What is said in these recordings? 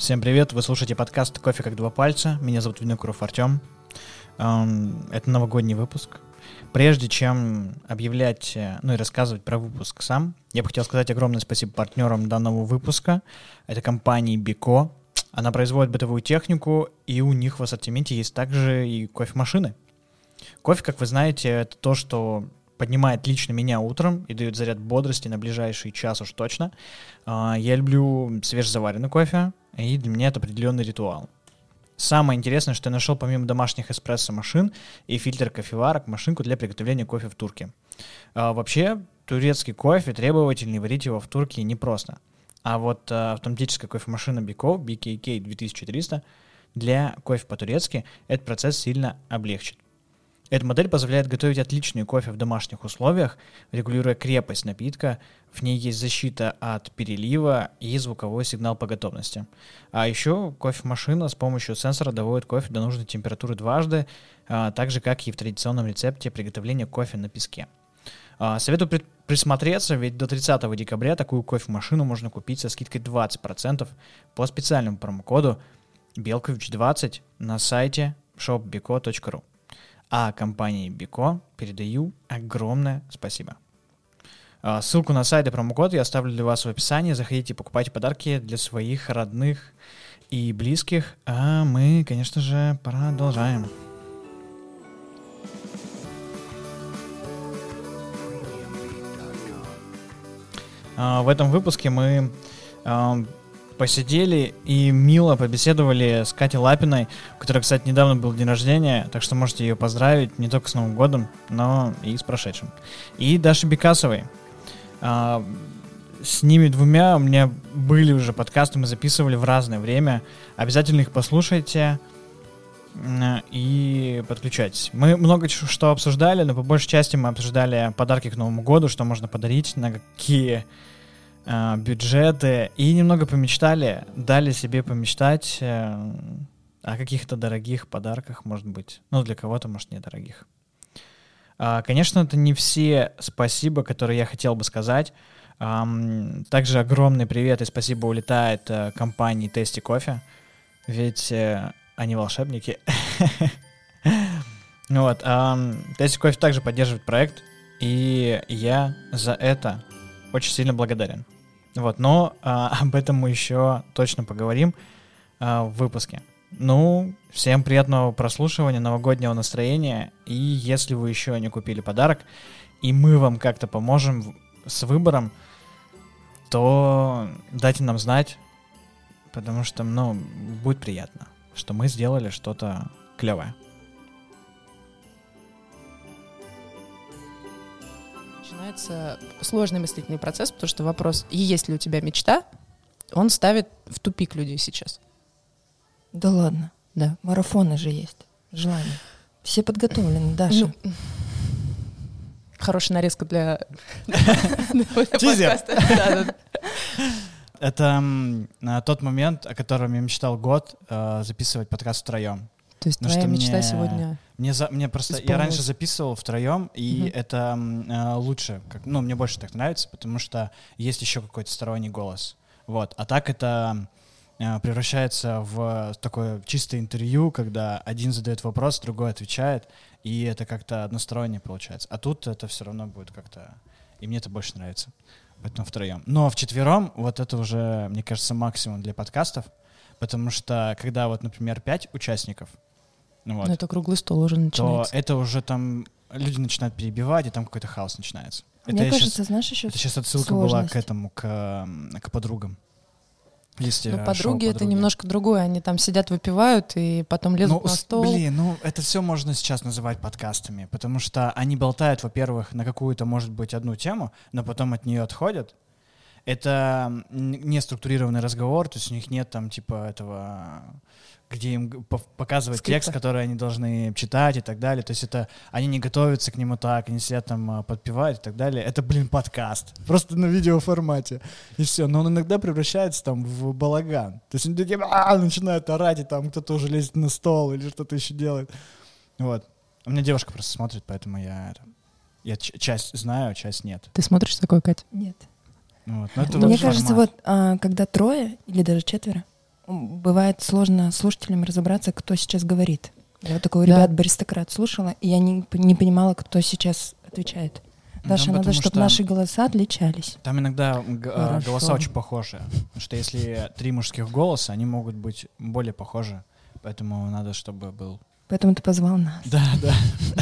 Всем привет, вы слушаете подкаст «Кофе как два пальца». Меня зовут Винокуров Артем. Это новогодний выпуск. Прежде чем объявлять, и рассказывать про выпуск сам, я бы хотел сказать огромное спасибо партнерам данного выпуска. Это компания Бико. Она производит бытовую технику, и у них в ассортименте есть также и кофемашины. Кофе, как вы знаете, это то, что поднимает лично меня утром и дает заряд бодрости на ближайший час уж точно. Я люблю свежезаваренный кофе, и для меня это определенный ритуал. Самое интересное, что я нашел помимо домашних эспрессо-машин и фильтр-кофеварок машинку для приготовления кофе в турке. Вообще, турецкий кофе требовательный, варить его в турке непросто. А вот автоматическая кофемашина Bico BKK 2300 для кофе по-турецки этот процесс сильно облегчит. Эта модель позволяет готовить отличный кофе в домашних условиях, регулируя крепость напитка. В ней есть защита от перелива и звуковой сигнал по готовности. А еще кофемашина с помощью сенсора доводит кофе до нужной температуры дважды, так же, как и в традиционном рецепте приготовления кофе на песке. Советую присмотреться, ведь до 30 декабря такую кофемашину можно купить со скидкой 20% по специальному промокоду Белкович20 на сайте shopbico.ru. А компании Бико передаю огромное спасибо. Ссылку на сайт и промокод я оставлю для вас в описании. Заходите, покупайте подарки для своих родных и близких. А мы, конечно же, продолжаем. В этом выпуске мы посидели и мило побеседовали с Катей Лапиной, у которой, кстати, недавно был день рождения, так что можете ее поздравить не только с Новым годом, но и с прошедшим. И Дашей Бекасовой. С ними двумя у меня были уже подкасты, мы записывали в разное время. Обязательно их послушайте и подключайтесь. Мы много что обсуждали, но по большей части мы обсуждали подарки к Новому году, что можно подарить, на какие бюджеты, и немного помечтали, дали себе помечтать о каких-то дорогих подарках, может быть. Для кого-то, может, недорогих. Конечно, это не все спасибо, которые я хотел бы сказать. Также огромный привет и спасибо улетает компании Tasty Coffee, ведь они волшебники. Tasty Coffee также поддерживает проект, и я за это очень сильно благодарен. Но об этом мы еще точно поговорим в выпуске. Всем приятного прослушивания, новогоднего настроения. И если вы еще не купили подарок, и мы вам как-то поможем с выбором, то дайте нам знать, потому что, будет приятно, что мы сделали что-то клевое. Начинается сложный мыслительный процесс, потому что вопрос, есть ли у тебя мечта, он ставит в тупик людей сейчас. Да ладно. Да. Марафоны же есть. Желание. Все подготовлены, Даша. Хорошая нарезка для Тизер. подкаста. Это тот момент, о котором я мечтал год, записывать подкаст втроем. То есть твоя мечта сегодня... Мне просто... Я раньше записывал втроем, и это лучше. Мне больше так нравится, потому что есть еще какой-то сторонний голос. А так это превращается в такое чистое интервью, когда один задает вопрос, другой отвечает, и это как-то односторонне получается. А тут это все равно будет как-то... И мне это больше нравится. Поэтому втроем. Но вчетвером это уже, мне кажется, максимум для подкастов, потому что когда например, 5 участников, это круглый стол уже начинается. То это уже там люди начинают перебивать, и там какой-то хаос начинается. Мне кажется, знаешь, еще это сейчас отсылка сложность была к этому, к подругам. Подруги это немножко другое. Они там сидят, выпивают, и потом лезут на стол. Это все можно сейчас называть подкастами, потому что они болтают, во-первых, на какую-то, может быть, одну тему, но потом от нее отходят. Это не структурированный разговор, то есть у них нет там этого, где им показывать скрипта, текст, который они должны читать и так далее. То есть это они не готовятся к нему так, они сидят там, подпевают и так далее. Это, подкаст. Просто на видеоформате. И все. Но он иногда превращается там в балаган. То есть они такие начинают орать, и там кто-то уже лезет на стол или что-то еще делает. У меня девушка просто смотрит, поэтому я часть знаю, часть нет. Ты смотришь такое, Катя? Нет. Мне кажется, когда 3 или даже 4, бывает сложно слушателям разобраться, кто сейчас говорит. Я вот такой Да. ребят «Баристократ» слушала, и я не понимала, кто сейчас отвечает. Даша, Ну, надо, потому чтобы что наши голоса отличались. Там иногда Хорошо. голоса очень похожи. Потому что если 3 мужских голоса, они могут быть более похожи. Поэтому надо, чтобы был... Поэтому ты позвал нас. Да, да.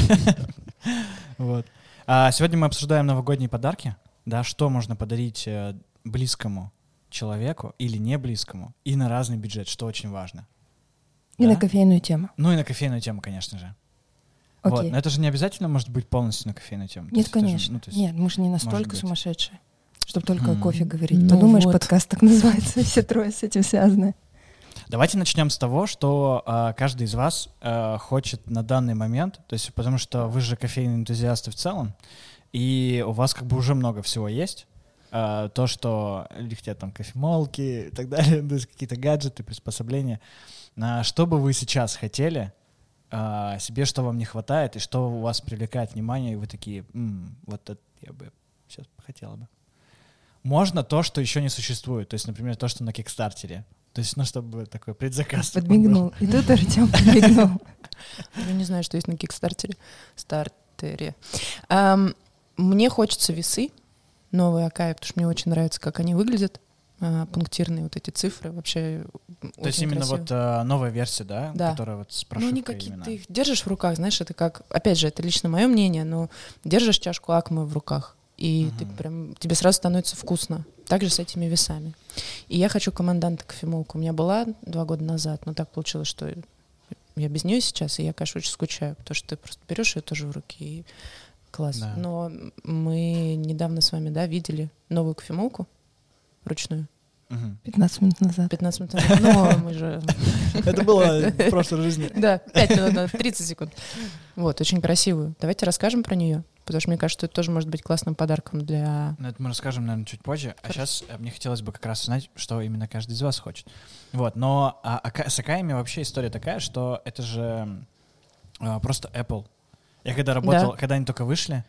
Вот. Сегодня мы обсуждаем новогодние подарки. Да, что можно подарить близкому человеку или не близкому, и на разный бюджет, что очень важно. И Да? на кофейную тему. Ну и на кофейную тему, конечно же. Вот. Окей. Но это же не обязательно может быть полностью на кофейную тему. То Нет, есть это же, конечно. ну, то есть- Нет, мы же не может настолько быть. сумасшедшие, чтобы только о Мгм. кофе говорить. Ну Подумаешь, вот. подкаст так называется, все трое с этим связаны. Давайте начнем с того, что каждый из вас хочет на данный момент, то есть потому что вы же кофейные энтузиасты в целом, и у вас как бы уже много всего есть. То, что люди хотят там кофемолки и так далее, то есть какие-то гаджеты, приспособления. Что бы вы сейчас хотели себе, что вам не хватает, и что у вас привлекает внимание, и вы такие, вот это я бы сейчас хотела бы. Можно то, что еще не существует, то есть, например, то, что на Кикстартере. То есть, ну, чтобы такой предзаказ. Подмигнул. И тут Артем подмигнул. Я не знаю, что есть на Кикстартере. Мне хочется весы новые Акаи, потому что мне очень нравится, как они выглядят. Пунктирные вот эти цифры вообще То есть именно вот новая версия, да? Да. Которая вот с Ну, прошивкой они какие-то, именно. ты их держишь в руках, знаешь, это как, опять же, это лично мое мнение, но держишь чашку Акмы в руках, и ты прям, тебе сразу становится вкусно. Так же с этими весами. И я хочу команданта кофемолку. У меня была 2 года назад, но так получилось, что я без нее сейчас, и я, конечно, очень скучаю, потому что ты просто берешь ее тоже в руки, и класс. Да. Но мы недавно с вами, да, видели новую кофемолку ручную. Мгм. 15 минут назад. 15 минут назад. Но мы же... Это было в прошлой жизни. Да, 5 минут назад, 30 секунд. Вот, очень красивую. Давайте расскажем про нее, потому что мне кажется, что это тоже может быть классным подарком для... Но это мы расскажем, наверное, чуть позже. А сейчас мне хотелось бы как раз узнать, что именно каждый из вас хочет. Вот, но с Акаями вообще история такая, что это же просто Apple. Я когда работал, когда они только вышли,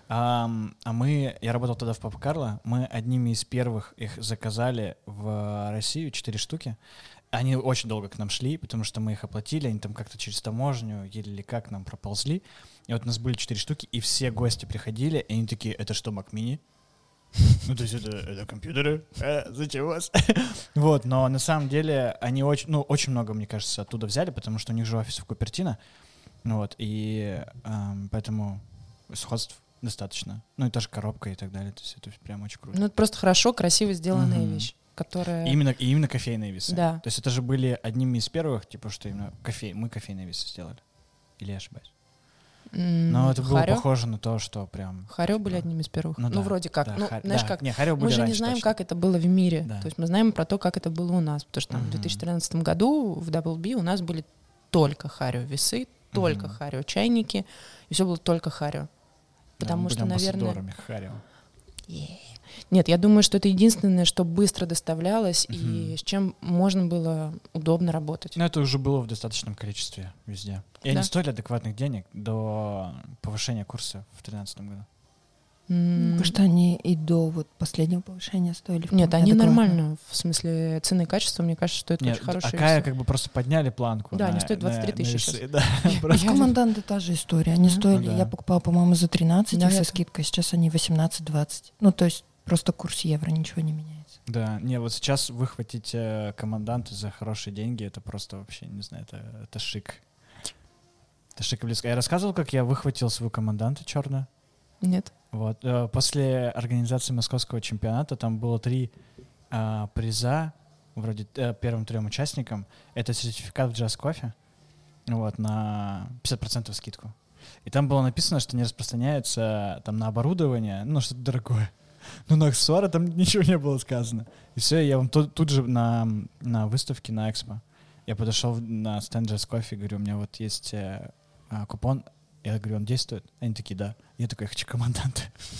я работал тогда в Папа Карло, мы одними из первых их заказали в Россию, 4 штуки. Они очень долго к нам шли, потому что мы их оплатили, они там как-то через таможню еле или как нам проползли. И вот у нас были 4 штуки, и все гости приходили, и они такие, это что, Mac Mini? Ну, то есть это компьютеры? Зачем у вас? Вот, но на самом деле они очень много, мне кажется, оттуда взяли, потому что у них же офис в Купертино. Вот, и поэтому сходств достаточно. Ну, и тоже коробка и так далее. То есть это прям очень круто. Ну, это просто хорошо, красиво сделанная Мгм. вещь, которая... Именно кофейные весы. Да. То есть это же были одними из первых, типа, что именно мы кофейные весы сделали. Или я ошибаюсь? Но это было Харё? похоже на то, что прям... Харё были одними из первых. Ну Ну, да, вроде как. да, Ну, знаешь, да. как... Не, Харё были Мы же не раньше знаем, точно. как это было в мире. Да. То есть мы знаем про то, как это было у нас. Потому что там, в 2013 году в Double B у нас были только Харё весы, только Харё чайники, и все было только Харё. Потому мы что, были наверное... амбассадорами Харё. Нет, я думаю, что это единственное, что быстро доставлялось и с чем можно было удобно работать. Но это уже было в достаточном количестве везде. И они стоили адекватных денег до повышения курса в 2013 году. Потому что они и до вот последнего повышения стоили. Нет, вполне они адекватно. нормально. В смысле цены и качества, мне кажется, что это Нет, очень хорошие Акая весы. как бы просто подняли планку. Да, на- они стоят 23 на тысячи весы, сейчас. да. И Просто- команданты та же история. Они стоили, да. я покупала, по-моему, за 13 Да, их со это- скидкой, сейчас они 18-20. Ну, то есть просто курс евро, ничего не меняется. Да, не, вот сейчас выхватить команданта за хорошие деньги, это просто вообще, не знаю, это шик. Это шик и близко. Я рассказывал, как я выхватил свою команданта черную. Нет. Вот. После организации московского чемпионата там было 3 приза, вроде первым 3 участникам. Это сертификат в Just Coffee, вот, на 50% скидку. И там было написано, что не распространяется там на оборудование, ну, что-то дорогое. Ну, на аксессуары там ничего не было сказано. И все, я вам тут же на выставке, на Экспо, я подошел на стенд Just Coffee, говорю, у меня вот есть купон. Я говорю, он действует? Они такие, да. Я такой, я хочу команданта.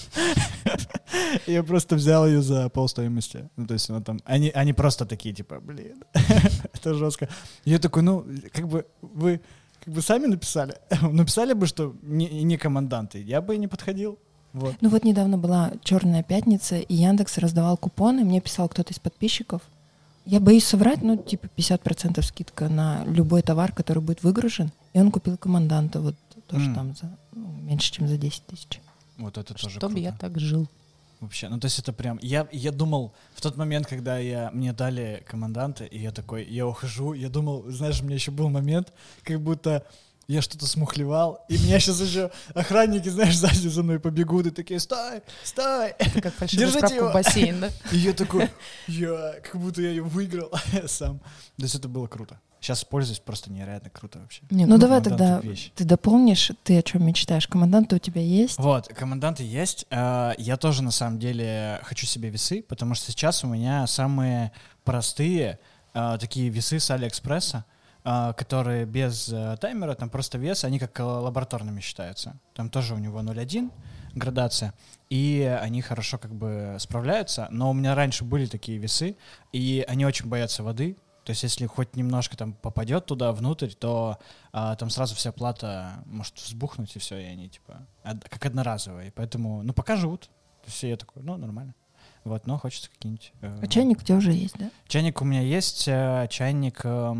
Я просто взял ее за полстоимости. Ну, то есть она там... Они просто такие, типа, блин, это жестко. Я такой, ну, как бы вы сами написали. Написали бы, что не команданты. Я бы и не подходил. Вот. Ну вот недавно была Черная пятница, и Яндекс раздавал купоны. Мне писал кто-то из подписчиков, Я боюсь соврать, ну, типа 50% скидка на любой товар, который будет выгружен. И он купил команданта вот тоже там за меньше, чем за 10 тысяч. Вот это тоже Чтобы круто. я так жил. Вообще, ну то есть это прям... Я думал, в тот момент, когда мне дали команданта, и я ухожу, я думал, знаешь, у меня еще был момент, как будто я что-то смухлевал, и меня сейчас еще охранники, знаешь, сзади за мной побегут, и такие, стой! Это как фальшивая Держите справка его. в бассейн, да? И я такой, как будто я ее выиграл сам. То есть это было круто. Сейчас пользуюсь, просто невероятно круто вообще. Нет, Ну давай командант тогда — это вещь. ты дополнишь, ты о чем мечтаешь? Команданты у тебя есть? Вот, команданты есть. Я тоже, на самом деле, хочу себе весы, потому что сейчас у меня самые простые такие весы с Алиэкспресса, которые без таймера, там просто вес, они как лабораторными считаются. Там тоже у него 0,1 градация, и они хорошо как бы справляются. Но у меня раньше были такие весы, и они очень боятся воды. То есть если хоть немножко там попадет туда внутрь, то там сразу вся плата может взбухнуть, и все, и они типа как одноразовые. Поэтому, ну, пока живут. То есть я такой, ну, нормально. Вот, но хочется какие-нибудь... А чайник у тебя уже есть, да? Чайник у меня есть, чайник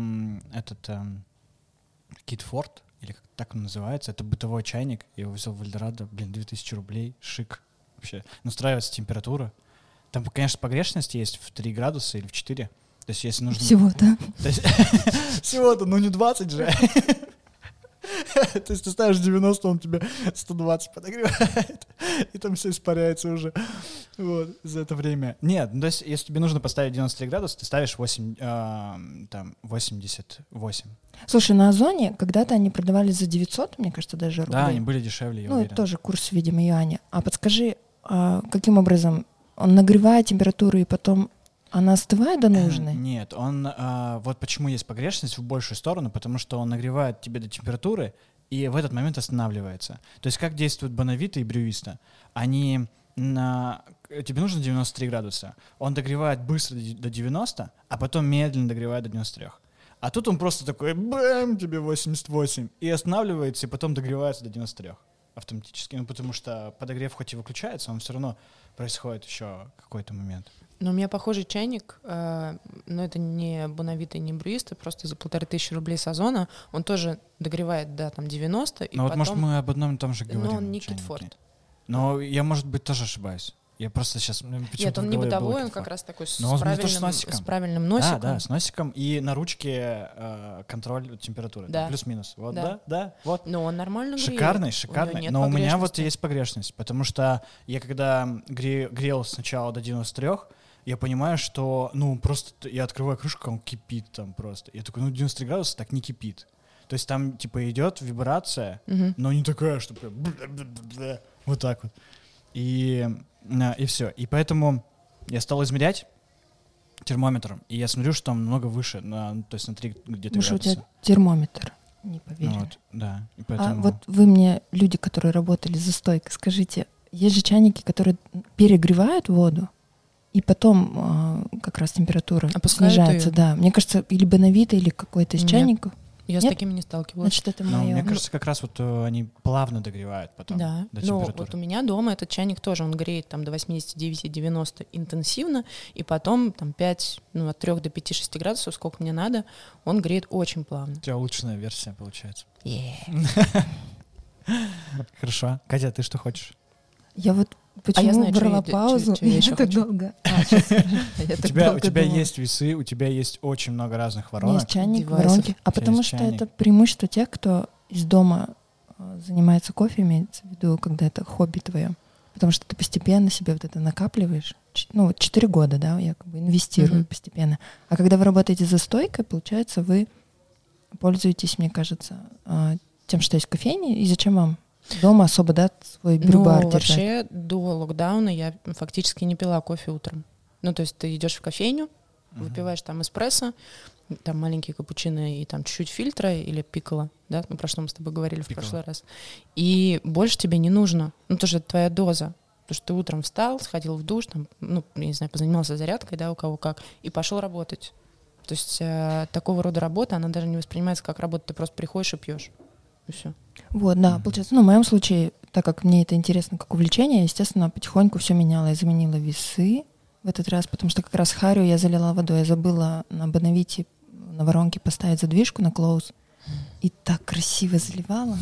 Китфорд, или как так он называется, это бытовой чайник, я его взял в Эльдорадо, 2000 рублей, шик вообще. Настраивается температура. Там, конечно, погрешность есть в 3 градуса или в 4. То есть если нужно... Всего-то. Всего-то, ну не 20 же. То есть ты ставишь 90, он тебе 120 подогревает, и там все испаряется уже вот, за это время. Нет, ну, то есть если тебе нужно поставить 93 градуса, ты ставишь 88. Слушай, на Озоне когда-то они продавали за 900, мне кажется, даже рублей. Да, они были дешевле, я Ну, уверен. это тоже курс, видимо, юаня. А подскажи, каким образом он нагревает температуру и потом она остывает до нужной? Нет, он вот почему есть погрешность в большую сторону, потому что он нагревает тебе до температуры и в этот момент останавливается. То есть как действуют Бонавита и Брюиста? Они тебе нужно 93 градуса, он догревает быстро до 90, а потом медленно догревает до 93. А тут он просто такой, бэм, тебе 88, и останавливается, и потом догревается до 93 автоматически. Ну, потому что подогрев хоть и выключается, он все равно происходит еще какой-то момент. Но у меня похожий чайник, но это не Бонавита и не Брюиста, просто за 1500 рублей с Озона. Он тоже догревает до там 90, и Ну вот, потом... может, мы об одном и том же говорим. Но он не чайнике. Китфорд. Но я, может быть, тоже ошибаюсь. Я просто сейчас... Нет, он не бытовой, он как раз такой с Но он тоже с правильным, носиком. с правильным носиком. Да, с носиком. И на ручке контроль температуры. Да. Плюс-минус. Вот, Да. да, вот. Но он нормально греет. Шикарный. У него нет Но у меня вот погрешности. есть погрешность. Потому что я когда грел сначала до 93, я понимаю, что, ну, просто я открываю крышку, он кипит там просто. Я такой, ну, 93 градуса так не кипит. То есть там, типа, идет вибрация, но не такая, что прям бля-бля-бля-бля, вот так вот. И все. И поэтому я стал измерять термометром, и я смотрю, что там намного выше, то есть на 3 где-то Может, у градуса. тебя термометр, не поверю. Вот, да. И А поэтому... вот вы мне, люди, которые работали за стойкой, скажите, есть же чайники, которые перегревают воду, и потом как раз температура Опускают снижается. её? Да. Мне кажется, или Бонавита, или какой-то из Нет. чайников. Я с Нет? такими не сталкивалась. Значит, это Ну, мое. мне кажется, как раз вот они плавно догревают потом Да, до но температуры. вот у меня дома этот чайник тоже, он греет там до 89-90 интенсивно, и потом там 5, ну, от 3 до 5-6 градусов, сколько мне надо, он греет очень плавно. У тебя улучшенная версия получается. Yeah. Хорошо. Катя, ты что хочешь? Я вот почему я знаю, что брала я- паузу? что я ещё так хочу. долго. Щас скажу. У тебя есть весы, у тебя есть очень много разных У меня воронок. есть чайник, девайсов. воронки. А У тебя потому есть что чайник. это преимущество тех, кто из дома занимается кофе, имеется в виду, когда это хобби твое. Потому что ты постепенно себе вот это накапливаешь. Ну, вот 4 года, да, я как бы инвестирую постепенно. А когда вы работаете за стойкой, получается, вы пользуетесь, мне кажется, тем, что есть кофейня. И зачем вам дома особо, да, свой брю-бар Ну, держать? вообще до локдауна я фактически не пила кофе утром. Ну, то есть ты идешь в кофейню, выпиваешь там эспрессо, там маленькие капучино и там чуть-чуть фильтра или пикколо, да, ну, про что мы с тобой говорили в прошлый раз. И больше тебе не нужно, ну, тоже это твоя доза. Потому что ты утром встал, сходил в душ, там, ну, я не знаю, позанимался зарядкой, да, у кого как, и пошел работать. То есть такого рода работа, она даже не воспринимается как работа, ты просто приходишь и пьешь. И все. Вот, да, получается, ну, в моем случае, так как мне это интересно как увлечение, естественно, потихоньку все меняла. Я заменила весы, в этот раз, потому что как раз Харю я залила водой. Я забыла на Боновите на воронке поставить задвижку на клоуз. И так красиво заливала,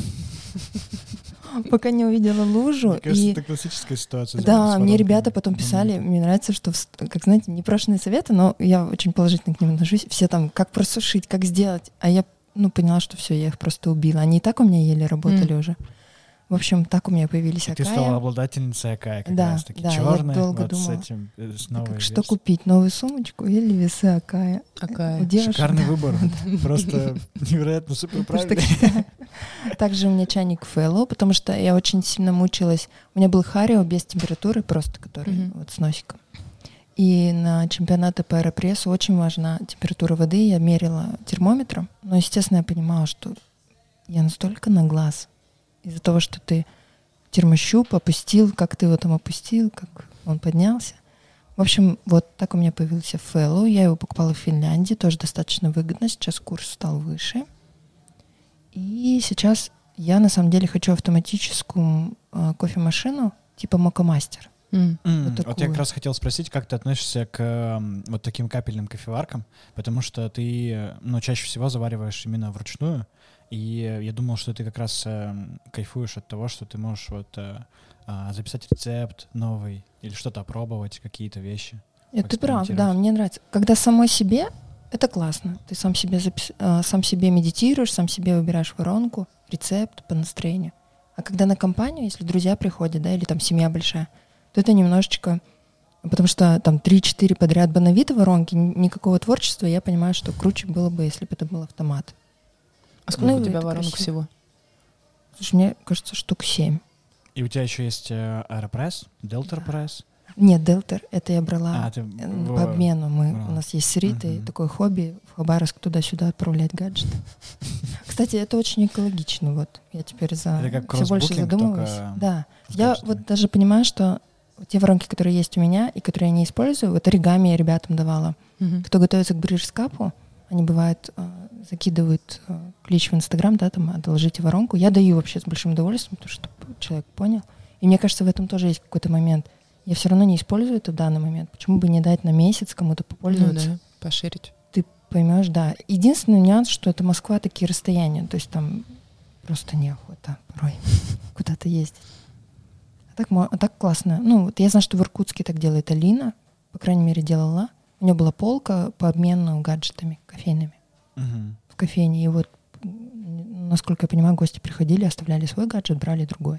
пока не увидела лужу. Мне кажется, это классическая ситуация. Да, мне ребята потом писали, мне нравится, что, как знаете, непрошенные советы, но я очень положительно к ним отношусь. Все там, как просушить, как сделать. А я поняла, что все, я их просто убила. Они и так у меня еле работали уже. В общем, так у меня появились Акая. Ты стала обладательницей Акая как да, раз-таки. Да, черная, я долго вот думала, с этим, с новой что купить, новую сумочку или весы Акая? Акая. Шикарный выбор. Просто невероятно супер правильный. Также у меня чайник Fellow, потому что я очень сильно мучилась. У меня был Харио без температуры, просто который вот с носиком. И на чемпионаты по аэропрессу очень важна температура воды. Я мерила термометром, но, естественно, я понимала, что я настолько на глаз. Из-за того, что ты термощуп опустил, как ты его там опустил, как он поднялся. В общем, вот так у меня появился Fellow. Я его покупала в Финляндии, тоже достаточно выгодно. Сейчас курс стал выше. И сейчас я на самом деле хочу автоматическую кофемашину типа Мокомастер. Вот я как раз хотел спросить, как ты относишься к вот таким капельным кофеваркам, потому что ты, чаще всего завариваешь именно вручную, и я думал, что ты как раз кайфуешь от того, что ты можешь вот записать рецепт новый или что-то опробовать, какие-то вещи. Это прав, да, мне нравится. Когда самой себе, это классно. Ты сам себе медитируешь, сам себе выбираешь воронку, рецепт по настроению. А когда на компанию, если друзья приходят, да, или там семья большая, то это немножечко... Потому что там 3-4 подряд Боновито воронки, никакого творчества, я понимаю, что круче было бы, если бы это был автомат. А сколько у тебя воронок всего? Слушай, мне кажется, штук 7. И у тебя еще есть Aeropress, Delta Press? Нет, Delta, это я брала по обмену. У нас есть с Ритой такое хобби, в Хабаровск туда-сюда отправлять гаджеты. Кстати, это очень экологично. Вот я теперь все больше задумываюсь. Да, я вот даже понимаю, что те воронки, которые есть у меня и которые я не использую, вот оригами я ребятам давала. Кто готовится к бридж-скапу, они бывают закидывают клич в Инстаграм, да, там, одолжите воронку. Я даю вообще с большим удовольствием, потому что человек понял. И мне кажется, в этом тоже есть какой-то момент. Я все равно не использую это в данный момент. Почему бы не дать на месяц кому-то попользоваться? Ну да, поширить. Ты поймешь, да. Единственный нюанс, что это Москва, такие расстояния. То есть там просто неохота порой куда-то ездить. А так классно. Ну, вот я знаю, что в Иркутске так делает Алина. По крайней мере, делала. У нее была полка по обмену гаджетами кофейными в кофейне. И вот, насколько я понимаю, гости приходили, оставляли свой гаджет, брали другой.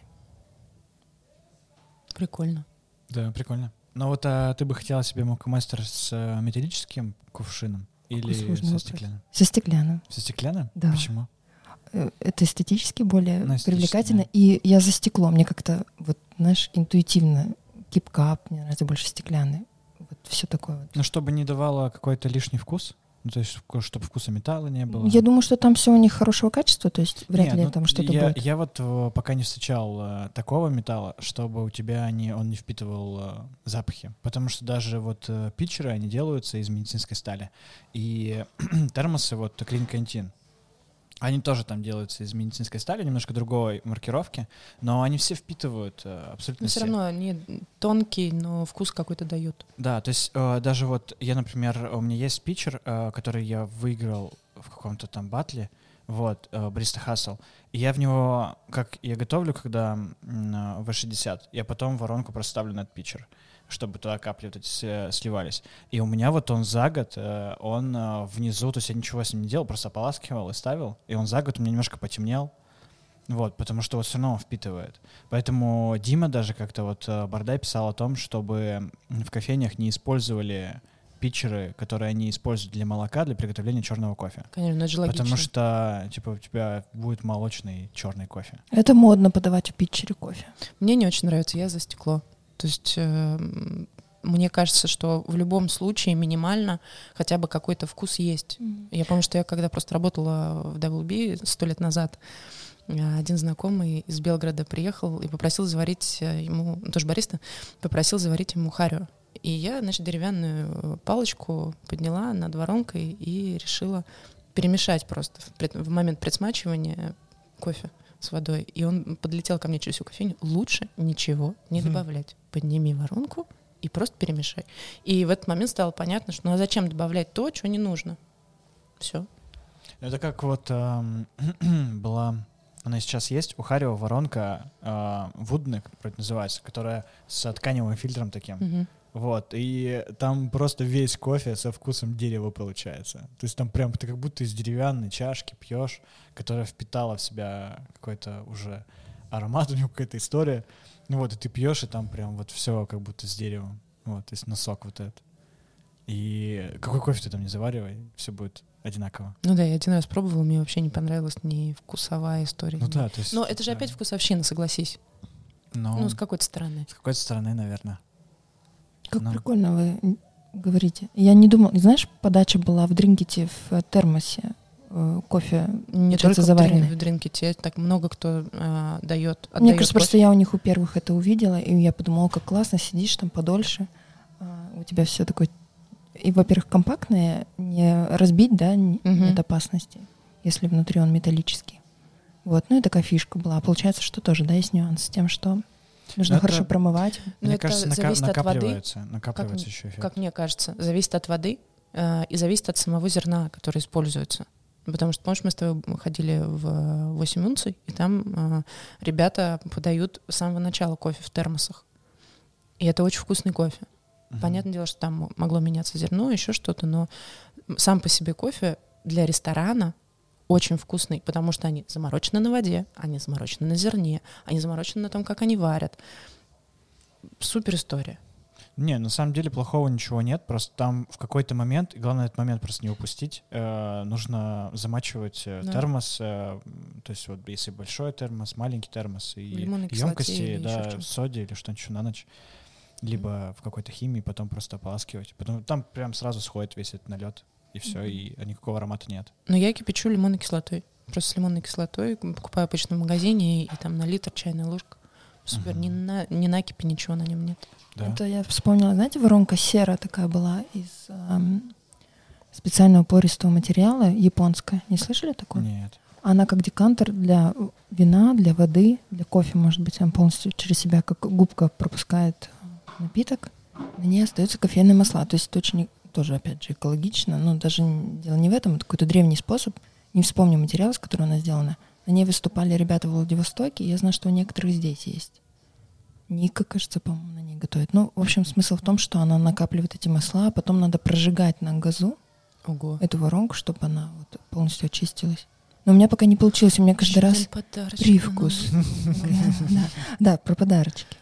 Прикольно. Да, прикольно. Но вот ты бы хотела себе Мокомастер с металлическим кувшином или со стеклянным? Со стеклянным. Со стеклянным? Да. Почему? Это эстетически более привлекательно. Да. И я за стекло. Мне как-то, вот, знаешь, интуитивно кип-кап, мне нравится больше стеклянный. Вот все такое вот. Ну, чтобы не давало какой-то лишний вкус? Ну, то есть, чтобы вкуса металла не было? Я думаю, что там все у них хорошего качества, то есть вряд ли там что-то будет. Я вот пока не встречал такого металла, чтобы у тебя он не впитывал запахи. Потому что даже вот питчеры, они делаются из медицинской стали. И термосы, вот Clean Canteen, они тоже там делаются из медицинской стали, немножко другой маркировки, но они все впитывают абсолютно все. Но все равно они тонкие, но вкус какой-то дают. Да, то есть даже вот я, например, у меня есть питчер, который я выиграл в каком-то там батле, вот, Barista Hustle, и я в него, как я готовлю, когда V60, я потом воронку просто ставлю на этот питчер, чтобы туда капли вот эти сливались. И у меня вот он за год, он внизу, то есть я ничего с ним не делал, просто ополаскивал и ставил, и он за год у меня немножко потемнел, вот, потому что вот все равно он впитывает. Поэтому Дима даже как-то вот Бардай писал о том, чтобы в кофейнях не использовали питчеры, которые они используют для молока, для приготовления черного кофе. Конечно, это же логично. Потому что, типа, у тебя будет молочный черный кофе. Это модно подавать в питчере кофе. Мне не очень нравится, я за стекло. То есть мне кажется, что в любом случае минимально хотя бы какой-то вкус есть. Я помню, что я когда просто работала в WB 100 лет назад, один знакомый из Белгорода приехал и попросил заварить ему, тоже бариста, попросил заварить ему харю. И я, значит, деревянную палочку подняла над воронкой и решила перемешать просто в момент предсмачивания кофе с водой. И он подлетел ко мне через всю кофейню. Лучше ничего не добавлять. Подними воронку и просто перемешай. И в этот момент стало понятно, что ну а зачем добавлять то, что не нужно. Все. Это как вот была, она сейчас есть, у Харио воронка Вудник, вроде называется, которая с тканевым фильтром таким. Вот, и там просто весь кофе со вкусом дерева получается. То есть там прям ты как будто из деревянной чашки пьешь, которая впитала в себя какой-то уже аромат, у него какая-то история. Ну вот, и ты пьешь, и там прям вот все как будто с деревом. Вот, то есть носок вот этот. И какой кофе ты там не заваривай, все будет одинаково. Ну да, я один раз пробовала, мне вообще не понравилась ни вкусовая история. Ну да, то есть... Но это же опять вкусовщина, согласись. Ну, с какой-то стороны. С какой-то стороны, наверное. Как прикольно вы говорите. Я не думала, знаешь, подача была в дринкете в термосе. Кофе не только заваренный. В дринкете, так много кто дает. Мне кажется, просто я у них у первых это увидела, и я подумала, как классно, сидишь там подольше, у тебя все такое... И, во-первых, компактное, не разбить, да, нет опасности, если внутри он металлический. Вот, ну и такая фишка была. Получается, что тоже, да, есть нюанс с тем, что нужно хорошо промывать. Мне кажется, накапливается как, еще эффект. Как мне кажется, зависит от воды и зависит от самого зерна, которое используется. Потому что, помнишь, мы с тобой ходили в 8 унций, и там ребята подают с самого начала кофе в термосах. И это очень вкусный кофе. Понятное дело, что там могло меняться зерно, еще что-то, но сам по себе кофе для ресторана очень вкусный, потому что они заморочены на воде, они заморочены на зерне, они заморочены на том, как они варят. Супер история. Не, на самом деле плохого ничего нет, просто там в какой-то момент, и главное этот момент просто не упустить, нужно замачивать термос, то есть вот если большой термос, маленький термос и емкости, да, в соде или что-нибудь еще на ночь, либо в какой-то химии, потом просто ополаскивать. Потом там прям сразу сходит весь этот налет, и все, и никакого аромата нет. Но я кипячу лимонной кислотой. Просто с лимонной кислотой покупаю обычно в магазине, и там на литр чайная ложка. Супер, ни накипи, ничего на нем нет. Да. Это я вспомнила, знаете, воронка сера такая была из специального пористого материала, японская. Не слышали такое? Нет. Она как декантер для вина, для воды, для кофе, может быть, она полностью через себя, как губка, пропускает напиток. На ней остаются кофейные масла. То есть это очень, тоже, опять же, экологично, но даже дело не в этом, это какой-то древний способ. Не вспомню материал, с которым она сделана. На ней выступали ребята в Владивостоке, и я знаю, что у некоторых здесь есть. Ника, кажется, по-моему, на ней готовит. Ну, в общем, смысл в том, что она накапливает эти масла, а потом надо прожигать на газу эту воронку, чтобы она вот полностью очистилась. Но у меня пока не получилось, у меня каждый раз привкус. Да, про подарочки.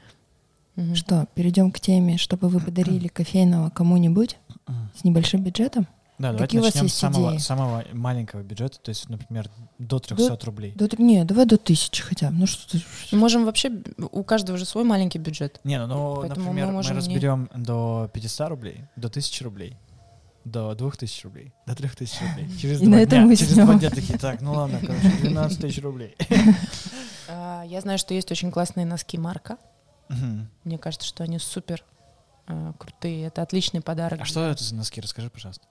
Что, перейдем к теме, чтобы вы подарили кофейного кому-нибудь с небольшим бюджетом? Да, давайте начнем с самого маленького бюджета, то есть, например, до 300 рублей. Нет, давай до 1000 хотя бы. Ну, что мы можем вообще, у каждого же свой маленький бюджет. Не, ну, например, мы разберем до 500 рублей, до 1000 рублей, до 2000 рублей, до 3000 рублей. Через 2 дня такие, так, ну ладно, короче, 12 тысяч рублей. Я знаю, что есть очень классные носки Марка. Мне кажется, что они супер крутые. Это отличный подарок. А что это за носки? Расскажи, пожалуйста.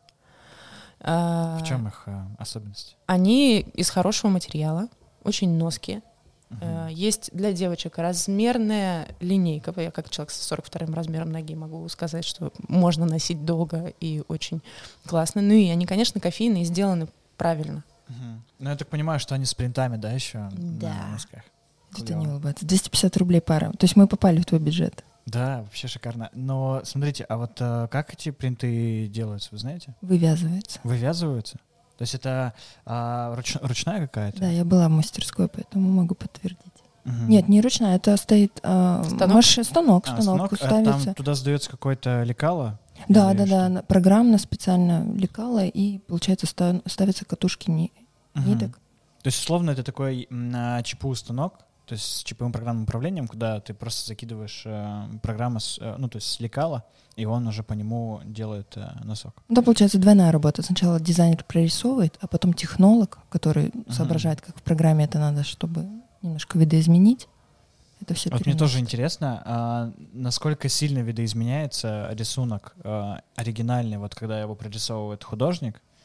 В чем их особенность? Они из хорошего материала, очень ноские. Есть для девочек размерная линейка. Я как человек с 42-м размером ноги могу сказать, что можно носить долго и очень классно. Ну и они, конечно, кофейные, сделаны правильно. Ну я так понимаю, что они с принтами, да, еще на носках? Это не улыбаться. 250 рублей пара. То есть мы попали в твой бюджет. Да, вообще шикарно. Но смотрите, а вот как эти принты делаются, вы знаете? Вывязываются. Вывязываются? То есть это ручная какая-то? Да, я была в мастерской, поэтому могу подтвердить. Нет, не ручная, это стоит станок ставится. Там туда сдается какое-то лекало? Да, программно специально лекало, и, получается, ставятся катушки ниток. То есть, условно, это такой ЧПУ станок, то есть с чиповым программным управлением, куда ты просто закидываешь программу, то есть с лекала, и он уже по нему делает носок. Да, получается двойная работа. Сначала дизайнер прорисовывает, а потом технолог, который соображает, как в программе это надо, чтобы немножко видоизменить. Это все вот мне тоже интересно, насколько сильно видоизменяется рисунок оригинальный, вот когда его прорисовывает художник,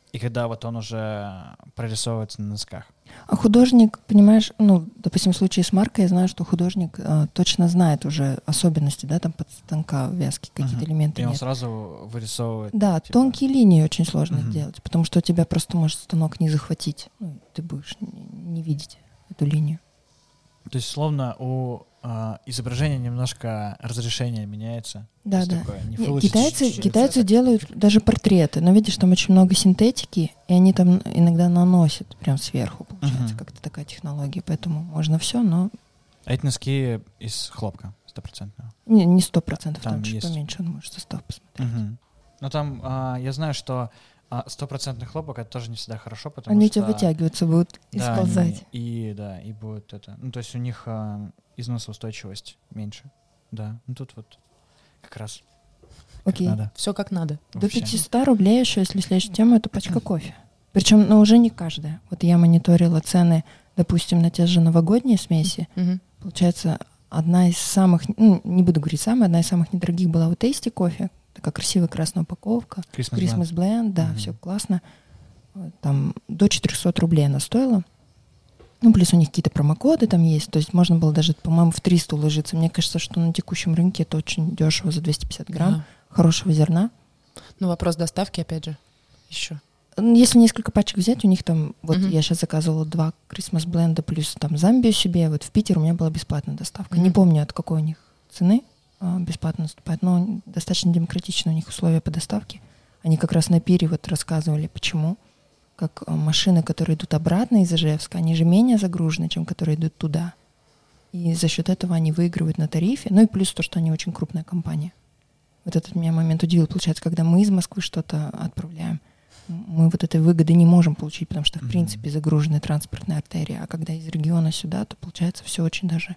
и когда вот он уже прорисовывается на носках. А художник, понимаешь, ну, допустим, в случае с маркой я знаю, что художник точно знает уже особенности, да, там подстанка, вязки, какие-то элементы И он нет. сразу вырисовывает. Да, типа... тонкие линии очень сложно делать, потому что у тебя просто может станок не захватить. Ну, ты будешь не видеть эту линию. То есть, словно у изображения немножко разрешение меняется. Да, да. Такое, не Китайцы делают даже портреты, но видишь, там очень много синтетики, и они там иногда наносят прям сверху, получается, как-то такая технология, поэтому можно все, но... А эти носки из хлопка, 100%? Не 100%, там чуть есть... поменьше, он может состав посмотреть. Но там я знаю, что 100% хлопок — это тоже не всегда хорошо, потому они что... у тебя вытягиваются, будут исползать. И будет это... Ну, то есть у них износоустойчивость меньше. Да, ну тут вот как раз Окей. надо. Все как надо. До 500 рублей еще, если следующая тема, это пачка кофе. Причем, ну, уже не каждая. Вот я мониторила цены, допустим, на те же новогодние смеси. Получается, одна из самых, ну, не буду говорить самая, одна из самых недорогих была у Tasty кофе. Такая красивая красная упаковка. Christmas Blend, да, все классно. Там до 400 рублей она стоила. Ну, плюс у них какие-то промокоды там есть. То есть можно было даже, по-моему, в 300 уложиться. Мне кажется, что на текущем рынке это очень дешево за 250 грамм хорошего зерна. Ну, вопрос доставки, опять же, еще. Если несколько пачек взять, у них там, вот я сейчас заказывала 2 Christmas Blend плюс там Замбию себе. Вот в Питер у меня была бесплатная доставка. Не помню, от какой у них цены бесплатно наступает, но достаточно демократичны у них условия по доставке. Они как раз на пире вот рассказывали, почему. Как машины, которые идут обратно из Ижевска, они же менее загружены, чем которые идут туда. И за счет этого они выигрывают на тарифе. Ну и плюс то, что они очень крупная компания. Вот этот меня момент удивил. Получается, когда мы из Москвы что-то отправляем, мы вот этой выгоды не можем получить, потому что, в принципе, загружены транспортные артерии. А когда из региона сюда, то, получается, все очень даже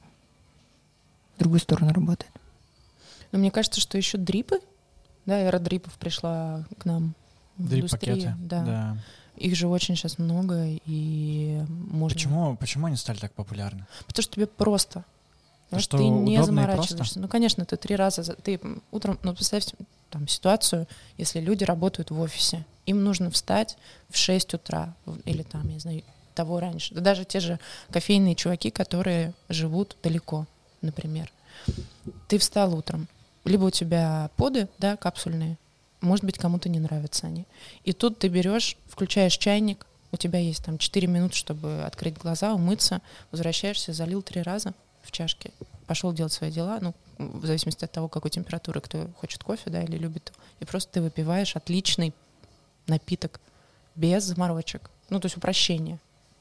в другую сторону работает. Но мне кажется, что еще дрипы, да, эра дрипов пришла к нам в индустрию. Да. Их же очень сейчас много, и можно... Почему они стали так популярны? Потому что тебе просто. Что ты не заморачиваешься. Просто? Ну, конечно, ты 3 раза... Ты утром... Ну, представь там ситуацию, если люди работают в офисе. Им нужно встать в 6 утра или там, я знаю, того раньше. Да даже те же кофейные чуваки, которые живут далеко, например. Ты встал утром. Либо у тебя поды, да, капсульные. Может быть, кому-то не нравятся они. И тут ты берешь, включаешь чайник, у тебя есть там 4 минуты, чтобы открыть глаза, умыться, возвращаешься, залил 3 раза в чашке, пошел делать свои дела, ну, в зависимости от того, какой температуры, кто хочет кофе, да, или любит. И просто ты выпиваешь отличный напиток, без заморочек. Ну, то есть упрощение.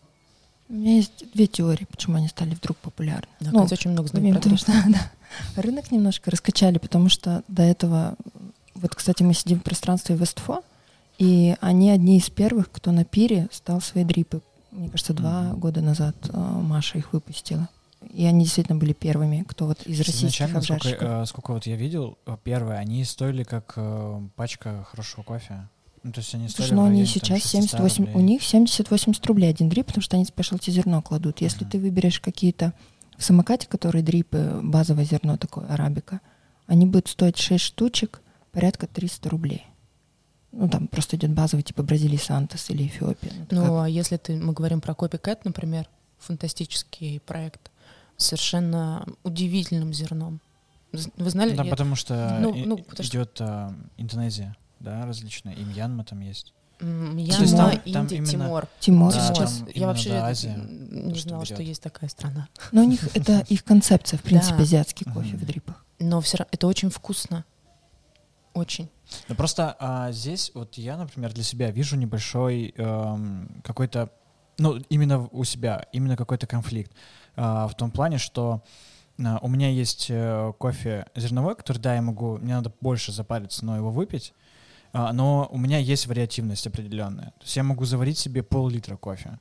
У меня есть 2 теории, почему они стали вдруг популярны. Да, Катя очень много знает про это. Да. Рынок немножко раскачали, потому что до этого... Вот, кстати, мы сидим в пространстве Вестфо, и они одни из первых, кто на пире стал свои дрипы. Мне кажется, 2 года назад Маша их выпустила. И они действительно были первыми, кто вот из российских обжарщиков. Сколько вот я видел, первые, они стоили как пачка хорошего кофе. Ну, то есть они стоили... Слушай, ну они сейчас 78, у них 70-80 рублей один дрип, потому что они спешлти зерно кладут. Если ты выберешь какие-то в самокате, которые дрипы, базовое зерно такое, арабика, они будут стоить 6 штучек, порядка 300 рублей. Ну, там просто идет базовый, типа Бразилия Сантос или Эфиопия. Ну, а если мы говорим про Copycat, например, фантастический проект, совершенно удивительным зерном. Вы знали? Да, потому что идет Индонезия, да, различная, и Мьянма там есть. Мьянма, Индия, Тимор. Да, сейчас я вообще Азия, не знала, что есть такая страна. Но у них это их концепция, в принципе, азиатский кофе в дрипах. Но все равно это очень вкусно. Очень. Ну просто здесь вот я, например, для себя вижу небольшой какой-то, ну именно у себя, именно какой-то конфликт в том плане, что у меня есть кофе зерновой, который, да, мне надо больше запариться, но его выпить, но у меня есть вариативность определенная. То есть я могу заварить себе пол-литра кофе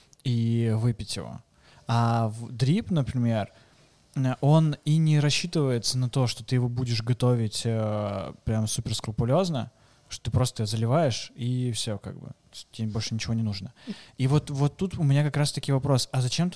и выпить его. А в дрип, например, он и не рассчитывается на то, что ты его будешь готовить прям супер скрупулезно, что ты просто заливаешь, и все, как бы. Тебе больше ничего не нужно. И вот тут у меня как раз-таки вопрос, а зачем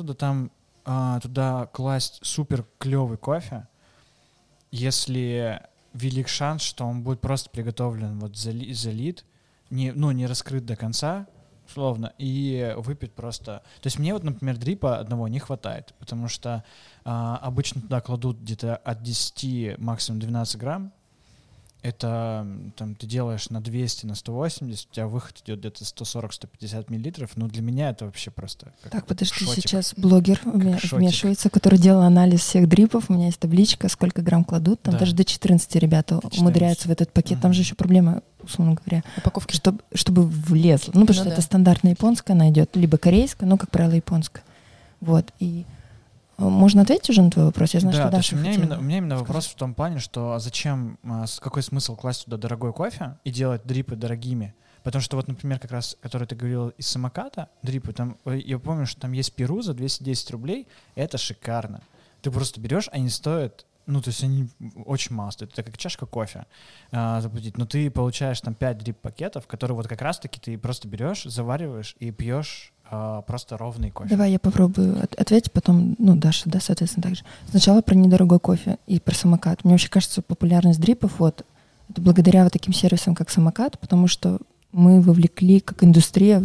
туда класть супер клевый кофе, если велик шанс, что он будет просто приготовлен, вот залит, не раскрыт до конца, условно, и выпить просто... То есть мне вот, например, дрипа одного не хватает, потому что обычно туда кладут где-то от 10, максимум 12 грамм. Это там ты делаешь на 200, на 180, у тебя выход идет где-то 140-150 миллилитров. Ну, для меня это вообще просто как Так, подожди, шотик. сейчас блогер вмешивается, который делал анализ всех дрипов. У меня есть табличка, сколько грамм кладут. Там даже до 14 ребята 14. умудряются в этот пакет. Там же еще проблема, условно говоря, Упаковки. чтобы влезло. Ну, потому что это стандартная японская, она идет, либо корейская, но, как правило, японская. Вот, и можно ответить уже на твой вопрос? Я знаю, что Даша хотела. У меня именно вопрос в том плане, что зачем, какой смысл класть туда дорогой кофе и делать дрипы дорогими? Потому что вот, например, как раз, который ты говорил из самоката, дрипы, там, я помню, что там есть Перу за 210 рублей, это шикарно. Ты просто берешь, они стоят, ну, то есть они очень мало стоят, это как чашка кофе заплатить, но ты получаешь там 5 дрип-пакетов, которые вот как раз-таки ты просто берешь, завариваешь и пьешь просто ровный кофе. Давай я попробую ответить, потом, Даша, да, соответственно, так же. Сначала про недорогой кофе и про самокат. Мне вообще кажется, популярность дрипов, это благодаря вот таким сервисам, как самокат, потому что мы вовлекли, как индустрия,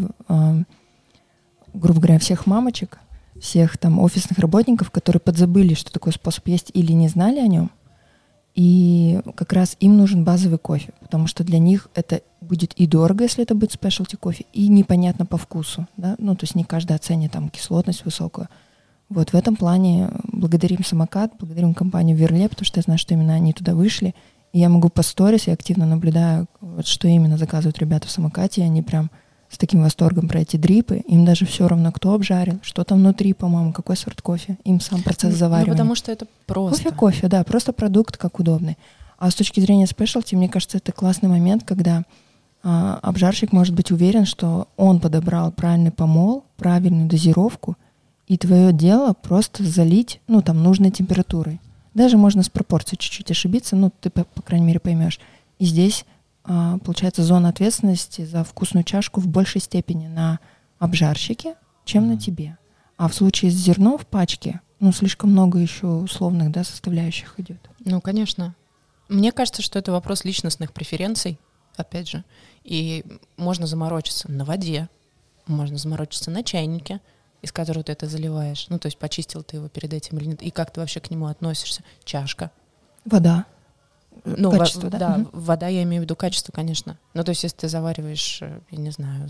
грубо говоря, всех мамочек, всех там офисных работников, которые подзабыли, что такой способ есть или не знали о нем. И как раз им нужен базовый кофе, потому что для них это будет и дорого, если это будет спешлти кофе, и непонятно по вкусу, да, то есть не каждый оценит там кислотность высокую. Вот в этом плане благодарим самокат, благодарим компанию Верле, потому что я знаю, что именно они туда вышли, и я могу по сторис, я активно наблюдаю, вот что именно заказывают ребята в самокате, и они прям с таким восторгом про эти дрипы, им даже все равно, кто обжарил, что там внутри, по-моему, какой сорт кофе, им сам процесс заваривания. Потому что это просто. Кофе, да, просто продукт как удобный. А с точки зрения спешлти, мне кажется, это классный момент, когда обжарщик может быть уверен, что он подобрал правильный помол, правильную дозировку, и твое дело просто залить, там, нужной температурой. Даже можно с пропорцией чуть-чуть ошибиться, ты, по крайней мере, поймешь. И здесь получается зона ответственности за вкусную чашку в большей степени на обжарщике, чем на тебе. А в случае с зерном в пачке, слишком много еще условных, да, составляющих идет. Ну, конечно. Мне кажется, что это вопрос личностных преференций, опять же. И можно заморочиться на воде, можно заморочиться на чайнике, из которого ты это заливаешь. То есть почистил ты его перед этим или нет. И как ты вообще к нему относишься? Чашка. Вода. Качество, да? Вода, я имею в виду качество, конечно. То есть если ты завариваешь, я не знаю,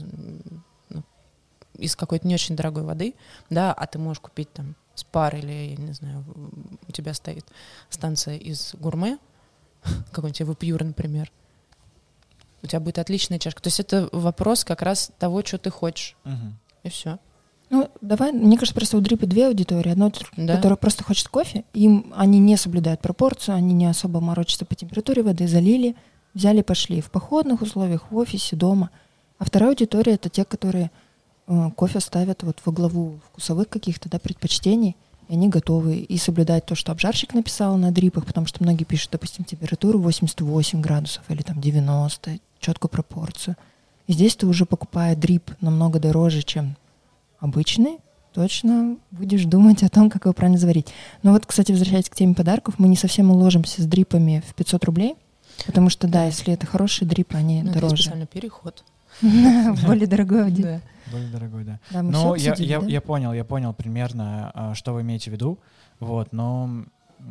из какой-то не очень дорогой воды, да, а ты можешь купить там Спар или, я не знаю, у тебя стоит станция из гурме, какой-нибудь Эвапюр, например, у тебя будет отличная чашка. То есть это вопрос как раз того, что ты хочешь. И все. Давай, мне кажется, просто у дрипа две аудитории. Одна, которая просто хочет кофе, они не соблюдают пропорцию, они не особо морочатся по температуре воды, залили, взяли, пошли. В походных условиях, в офисе, дома. А вторая аудитория — это те, которые кофе ставят вот во главу вкусовых каких-то, да, предпочтений, и они готовы и соблюдать то, что обжарщик написал на дрипах, потому что многие пишут, допустим, температуру 88 градусов или там 90, четкую пропорцию. И здесь ты уже, покупая дрип намного дороже, чем обычный, точно будешь думать о том, как его правильно заварить. Но вот, кстати, возвращаясь к теме подарков, мы не совсем уложимся с дрипами в 500 рублей, потому что, да, если это хорошие дрипы, они дороже. Это специально переход. Более дорогой аудитория. Более дорогой, да. Но я понял примерно, что вы имеете в виду. Вот, но...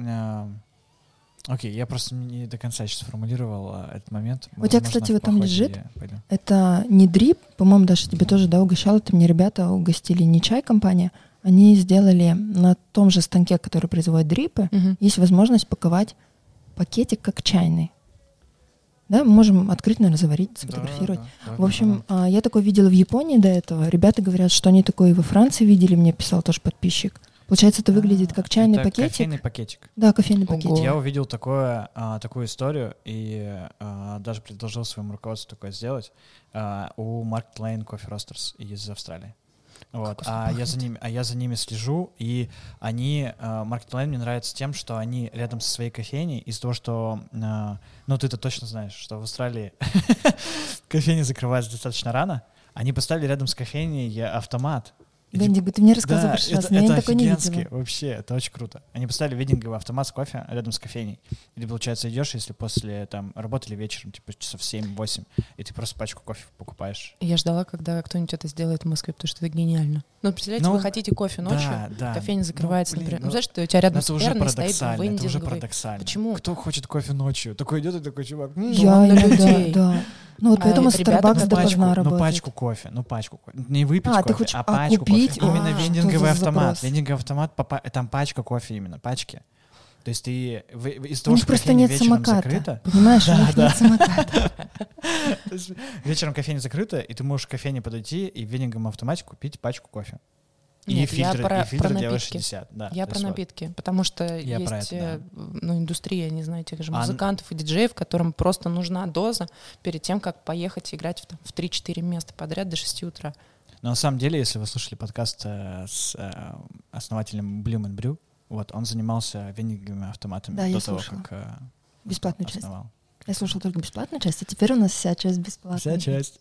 Окей, я просто не до конца сейчас сформулировал этот момент. У тебя, кстати, вот там лежит, это не дрип, по-моему, Даша тебе тоже, да, угощала, это мне ребята угостили, не чай компания, они сделали на том же станке, который производит дрипы, есть возможность паковать пакетик как чайный. Да, мы можем открыть, наверное, заварить, сфотографировать. Да, в общем, я такое видела в Японии до этого. Ребята говорят, что они такое и во Франции видели, мне писал тоже подписчик. Получается, это выглядит как чайный пакетик. Кофейный пакетик. Да, кофейный пакетик. Я увидел такую историю и даже предложил своему руководству такое сделать у Market Lane Coffee Roasters из Австралии. Вот. Я за ними слежу, и они, Market Lane мне нравится тем, что они рядом со своей кофейней, из-за того, что, ты-то точно знаешь, что в Австралии кофейни закрываются достаточно рано, они поставили рядом с кофейней автомат, Вендинг, ты мне рассказывал в прошлый раз, но я это такой не офигенски, видела. вообще, это очень круто. Они поставили вендинговый автомат с кофе рядом с кофейней. И ты, получается, идешь, если после там работали вечером, типа часов 7-8, и ты просто пачку кофе покупаешь. Я ждала, когда кто-нибудь это сделает в Москве, потому что это гениально. Ну, представляете, вы хотите кофе ночью, кофейня закрывается, например. Знаешь, что у тебя рядом с перной стоит вендинговый. Это уже парадоксально. Почему? Кто хочет кофе ночью? Такой идет и такой, чувак, Да. Ну вот поэтому Starbucks допоздна работает. пачку кофе. Не выпить кофе, а пачку купить? кофе. Именно вендинговый автомат. Вендинговый автомат, там пачка кофе именно, пачки. То есть ты из того, что кофейня вечером закрыта... Понимаешь, у них нет самоката. Вечером кофейня закрыта, и ты можешь к кофейне подойти и в вендинговом автомате купить пачку кофе. И Нет, фильтр делаешь напитки. 60. Да, я про напитки, потому что есть индустрия, не знаю, тех же музыкантов и диджеев, которым просто нужна доза перед тем, как поехать играть в 3-4 места подряд до 6 утра. Но на самом деле, если вы слушали подкаст с основателем Bloom & Brew, вот, он занимался вендинговыми автоматами до того, как бесплатную основал. Часть. Я слушала только бесплатную часть, а теперь у нас вся часть бесплатная. Вся часть.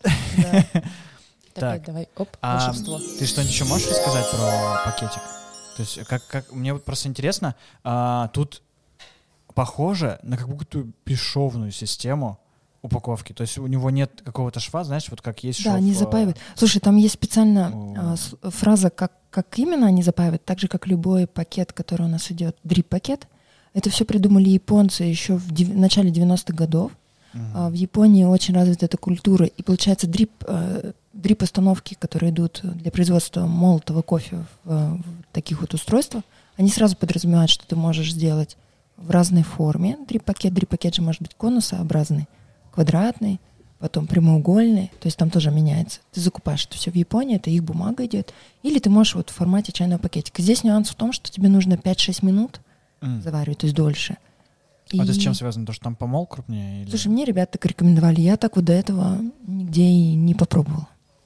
Давай, волшебство. Ты что-нибудь еще можешь рассказать про пакетик? То есть, как мне вот просто интересно, тут похоже на какую-то бесшовную систему упаковки. То есть у него нет какого-то шва, знаешь, вот как есть шов. Да, они запаивают. Слушай, там есть специально фраза, как именно они запаивают, так же, как любой пакет, который у нас идет, дрип-пакет. Это все придумали японцы еще в начале 90-х годов. В Японии очень развита эта культура. И получается, дрип-остановки, которые идут для производства молотого кофе в таких вот устройствах, они сразу подразумевают, что ты можешь сделать в разной форме дрип-пакет. Дрип-пакет же может быть конусообразный, квадратный, потом прямоугольный. То есть там тоже меняется. Ты закупаешь это все в Японии, это их бумага идет. Или ты можешь вот в формате чайного пакетика. Здесь нюанс в том, что тебе нужно 5-6 минут заваривать, то есть дольше. А это с чем связано? То, что там помол крупнее? Или... Слушай, мне ребята так рекомендовали. Я так вот до этого нигде и не попробовала.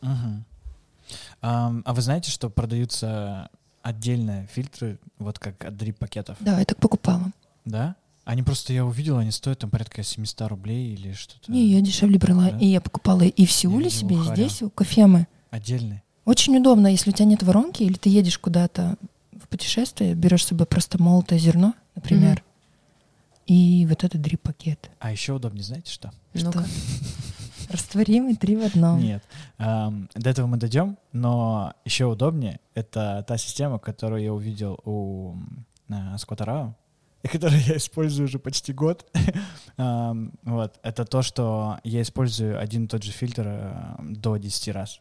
А вы знаете, что продаются отдельные фильтры, вот как от дрип-пакетов? Да, я так покупала. Да? Они просто, я увидела, они стоят там порядка 700 рублей или что-то. Не, я дешевле брала. Да? И я покупала и в Сеуле себе, и здесь, у Кофемы. Отдельный? Очень удобно, если у тебя нет воронки, или ты едешь куда-то в путешествие, берешь себе просто молотое зерно, например, и вот этот дрип-пакет. А еще удобнее, знаете что? Ну-ка. Растворимый 3 в 1. Нет. До этого мы дойдем, но еще удобнее — это та система, которую я увидел у Скотта, и которую я использую уже почти год. Вот. Это то, что я использую один и тот же фильтр до 10 раз.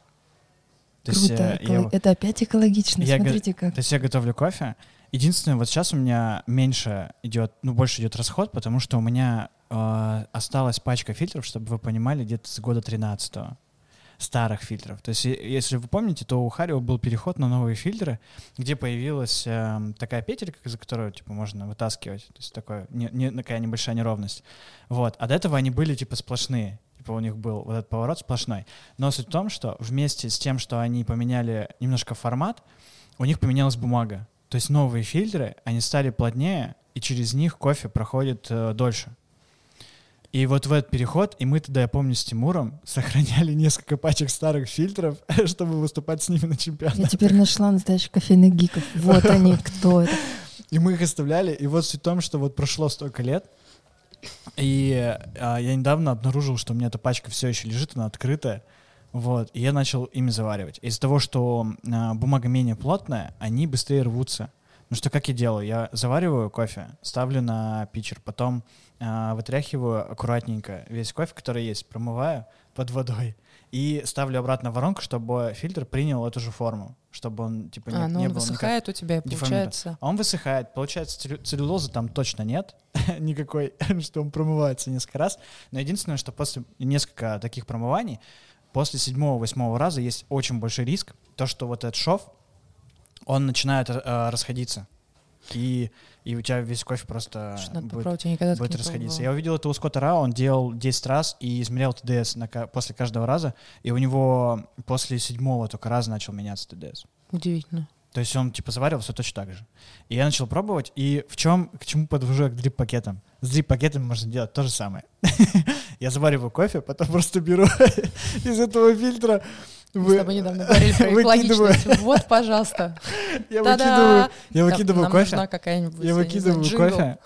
Круто. Это опять экологично. Смотрите как. То есть я готовлю кофе. Единственное, вот сейчас у меня больше идет расход, потому что у меня осталась пачка фильтров, чтобы вы понимали, где-то с года 13-го. Старых фильтров. То есть, если вы помните, то у Харио был переход на новые фильтры, где появилась такая петелька, за которую типа можно вытаскивать. То есть такая небольшая неровность. Вот. А до этого они были типа сплошные. Типа у них был вот этот поворот сплошной. Но суть в том, что вместе с тем, что они поменяли немножко формат, у них поменялась бумага. То есть новые фильтры, они стали плотнее, и через них кофе проходит дольше. И вот в этот переход, и мы тогда, я помню, с Тимуром сохраняли несколько пачек старых фильтров, чтобы выступать с ними на чемпионате. Я теперь нашла настоящих кофейных гиков. Вот они, кто это. И мы их оставляли, и вот суть в том, что вот прошло столько лет, и я недавно обнаружил, что у меня эта пачка все еще лежит, она открытая, вот, и я начал ими заваривать. Из-за того, что бумага менее плотная, они быстрее рвутся. Ну что, как я делаю? Я завариваю кофе, ставлю на питчер, потом вытряхиваю аккуратненько весь кофе, который есть, промываю под водой и ставлю обратно в воронку, чтобы фильтр принял эту же форму, чтобы он типа не был высыхает у тебя, получается. Он высыхает, получается, целлюлозы там точно нет никакой, что он промывается несколько раз. Но единственное, что после нескольких таких промываний, после 7-8 раза есть очень большой риск, то, что вот этот шов, он начинает расходиться. И у тебя весь кофе просто будет расходиться. Я увидел это у Скотта Рао, он делал 10 раз и измерял ТДС после каждого раза, и у него после 7-го только раза начал меняться ТДС. Удивительно. То есть он типа заваривал все точно так же. И я начал пробовать, и к чему подвожу я к дрип-пакетам? С дрип-пакетами можно делать то же самое. Я завариваю кофе, потом просто беру из этого фильтра Мы с тобой недавно говорили про экологичность. Вот, пожалуйста. Я Та-да! выкидываю Нам кофе. нужна какая-нибудь, Я выкидываю джингл. кофе.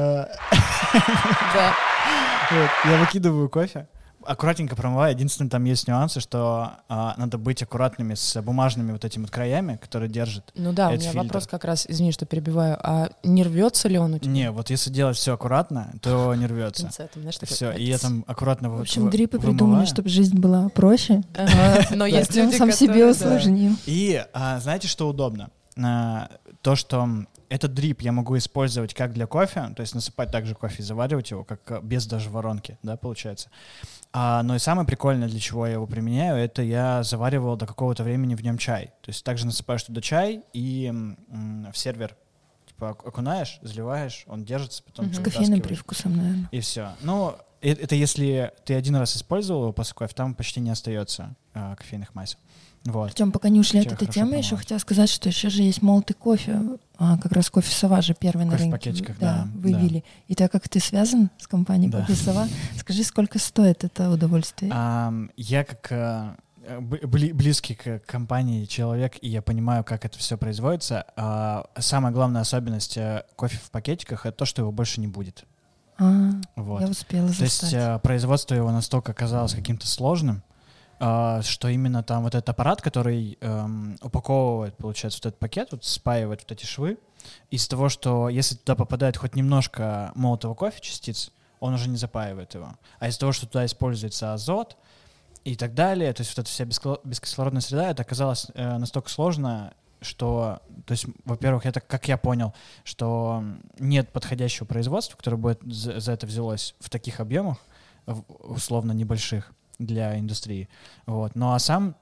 Да. Вот, я выкидываю кофе, аккуратненько промываю. Единственное, там есть нюансы, что надо быть аккуратными с бумажными вот этими вот краями, которые держат. Ну да, у этот меня фильтр. вопрос как раз, извини, что перебиваю, а не рвется ли он у тебя? Не, вот если делать все аккуратно, то не рвется. Пинцетом, знаешь, такой Все, и я там аккуратно В общем, дрипы придумали, вымываю. чтобы жизнь была проще. Но есть Артём люди, сам себе которые, да. усложнил. И знаете, что удобно? То, что этот дрип я могу использовать как для кофе, то есть насыпать также кофе и заваривать его, как без даже воронки, да, получается. Но и самое прикольное, для чего я его применяю, это я заваривал до какого-то времени в нем чай. То есть также насыпаешь туда чай и в сервер типа окунаешь, заливаешь, он держится, потом С кофейным привкусом, наверное. и все. Ну, это если ты один раз использовал его после кофе, там почти не остается кофейных масел. Вот. Артём, пока не ушли от Чай этой хорошо темы, помывать. еще хотела сказать, что еще же есть молотый кофе, как раз кофе «Сова» же первый на Кофе в рынке пакетиках, да, вывели. И так как ты связан с компанией Да. «Кофе «Сова», скажи, сколько стоит это удовольствие? Я как близкий к компании человек, и я понимаю, как это все производится. Самая главная особенность кофе в пакетиках — это то, что его больше не будет. Вот. Я успела То есть застать. производство его настолько оказалось каким-то сложным, что именно там вот этот аппарат, который упаковывает, получается, вот этот пакет, вот спаивает вот эти швы, из того, что если туда попадает хоть немножко молотого кофе, частиц, он уже не запаивает его. А из-за того, что туда используется азот и так далее, то есть вот эта вся бескислородная среда, это оказалось настолько сложно, что, то есть, во-первых, это, как я понял, что нет подходящего производства, которое будет за это взялось в таких объемах, условно небольших, для индустрии. Вот. Ну а сам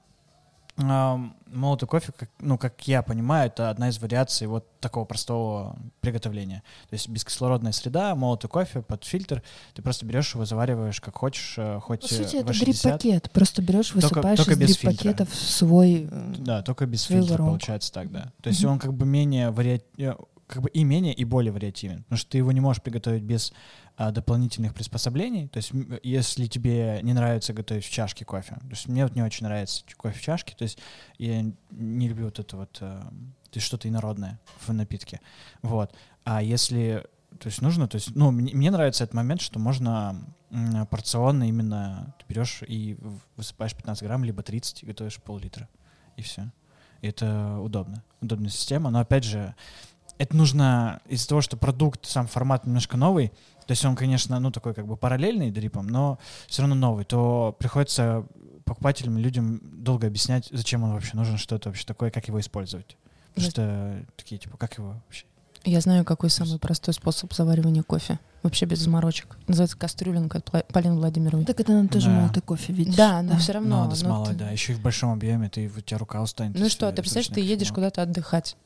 молотый кофе, как я понимаю, это одна из вариаций вот такого простого приготовления. То есть бескислородная среда, молотый кофе под фильтр, ты просто берешь его, завариваешь как хочешь, хоть По сути, это V60. дрип-пакет. Просто берешь, высыпаешь только из без дрип-пакетов свой... Да, только без свою фильтра воронку. получается так, да. То есть он как бы менее и менее, и более вариативен. Потому что ты его не можешь приготовить без дополнительных приспособленений. То есть если тебе не нравится готовить в чашке кофе, то есть мне вот не очень нравится кофе в чашке, то есть я не люблю вот это вот, то есть что-то инородное в напитке. Вот. А если, то есть нужно, то есть, мне нравится этот момент, что можно порционно именно ты берешь и высыпаешь 15 грамм, либо 30, и готовишь пол-литра. И все. И это удобно. Удобная система. Но опять же, это нужно из-за того, что продукт, сам формат немножко новый, то есть он, конечно, такой как бы параллельный дрипом, но все равно новый, то приходится покупателям, людям долго объяснять, зачем он вообще нужен, что это вообще такое, как его использовать. Потому что такие, типа, как его вообще? Я знаю, какой самый простой способ заваривания кофе. Вообще без заморочек. Называется кастрюлинка от Полины Владимировой. Так это надо тоже Да. молотый кофе, видишь? Да, но все равно. Надо с малой, да. Еще и в большом объеме, у тебя рука устанет. Ну и что, ты представляешь, ты едешь куда-то отдыхать,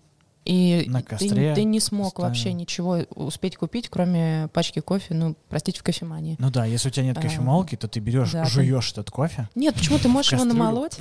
и На костре ты не смог поставил. вообще ничего успеть купить, кроме пачки кофе, простите, в кофемании. Ну да, если у тебя нет кофемолки, то ты берешь, да, жуешь этот кофе. Нет, почему ты можешь его кастрюлю. намолоть?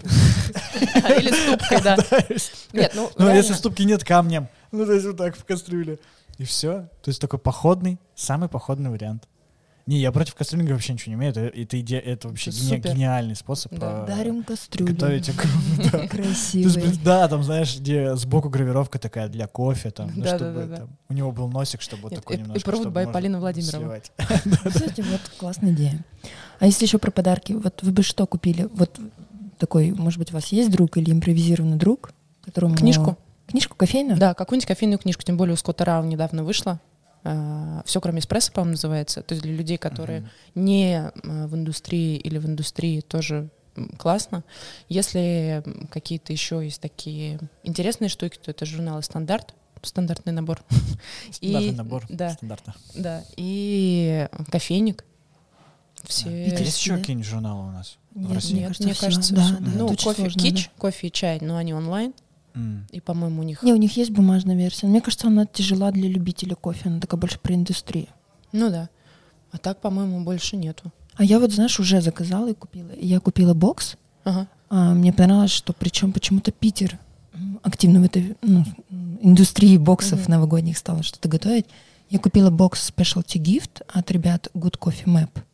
Или ступкой, да. Нет, Ну, реально. если ступки нет, камнем. Ну, то есть вот так в кастрюле. И все. То есть такой походный, самый походный вариант. Не, я против кастрюлинга вообще ничего не имею. Это вообще Это супер. гениальный способ Да. Дарим кастрюлю. готовить. Да. То есть, Красивый. да, там, знаешь, где сбоку гравировка такая для кофе, там, ну, Да, чтобы да, да, там, у него был носик, чтобы вот Нет, такой и немножко, провод чтобы by можно Полина Владимировна. сливать. Кстати, вот классная идея. А если еще про подарки, вот вы бы что купили? Вот такой, может быть, у вас есть друг или импровизированный друг, которому... Книжку. Книжку кофейную? Да, какую-нибудь кофейную книжку, тем более у Скотта Рау недавно вышла. «Все, кроме эспрессо», по-моему, называется. То есть для людей, которые не в индустрии или в индустрии, тоже классно. Если какие-то еще есть такие интересные штуки, то это журналы «Стандарт», стандартный набор. Стандартный набор да, стандарта. да, и кофейник. А Все. есть еще какие-нибудь журналы у нас в Нет, России? Нет, кажется, мне всё. кажется, Да, всё. да, ну, это очень кофе сложно, кич, кофе и чай, но они онлайн. И, по-моему, у них... Не, у них есть бумажная версия. Мне кажется, она тяжела для любителей кофе. Она такая больше про индустрию. Ну да. А так, по-моему, больше нету. А я вот, знаешь, уже заказала и купила. Я купила бокс. Ага. Мне понравилось, что причем почему-то Питер активно в этой индустрии боксов новогодних стал что-то готовить. Я купила бокс Specialty Gift от ребят Good Coffee Map.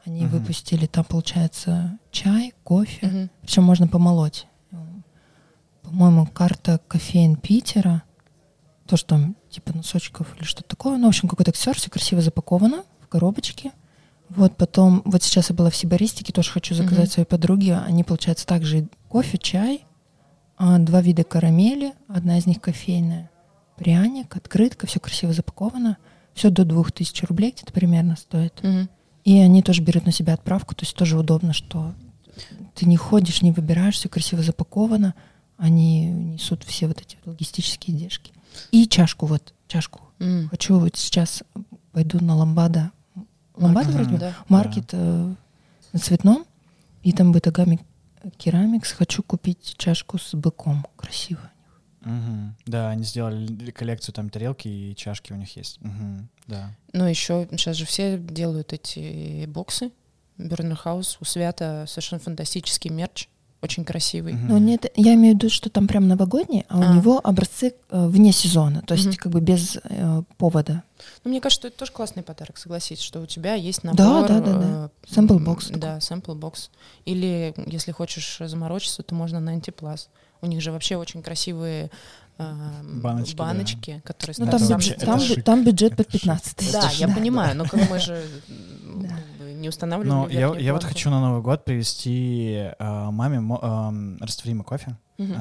Они выпустили там, получается, чай, кофе. Причем можно помолоть. По-моему, карта кофеин Питера. Тоже там типа носочков или что-то такое. Ну, в общем, какой-то аксессуар, все красиво запаковано в коробочке. Вот потом, вот сейчас я была в Сибаристике, тоже хочу заказать своей подруге. Они, получается, также кофе, чай, 2 вида карамели, одна из них кофейная, пряник, открытка, все красиво запаковано. Все до 2000 рублей где-то примерно стоит. И они тоже берут на себя отправку, то есть тоже удобно, что ты не ходишь, не выбираешь, все красиво запаковано. Они несут все вот эти логистические издержки. И чашку. Хочу вот сейчас пойду на Ламбада. Ламбада вроде бы? Маркет на Цветном. И там Бытагами Керамикс. Хочу купить чашку с быком. Красиво. Да, они сделали коллекцию, там тарелки и чашки у них есть. Да. Ну, еще сейчас же все делают эти боксы. Бернер Хаус, у Свята совершенно фантастический мерч. Очень красивый. Но нет, я имею в виду, что там прям новогодний, а у него образцы вне сезона, то есть как бы без повода. Ну, мне кажется, что это тоже классный подарок, согласись, что у тебя есть набор. Да. Сэмпл-бокс. Да, сэмпл-бокс. Или, если хочешь заморочиться, то можно на Антиплас. У них же вообще очень красивые баночки, которые стоят. Там бюджет под 15 тысяч. Да, я понимаю, но как мы же не устанавливаем. Я вот хочу на Новый год привезти маме растворимый кофе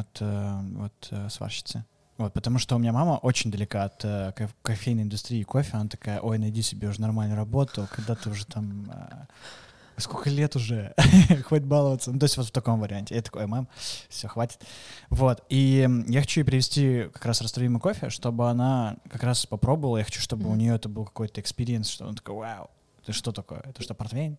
от сварщицы. Вот, потому что у меня мама очень далека от кофейной индустрии кофе. Она такая: ой, найди себе уже нормальную работу, когда ты уже там... Сколько лет уже? Хватит баловаться. Ну, то есть вот в таком варианте. Я такой: мам, все, хватит. Вот. И я хочу ей привезти как раз растворимый кофе, чтобы она как раз попробовала. Я хочу, чтобы у нее это был какой-то экспириенс, что она такая: вау, это что такое? Это что, портвейн?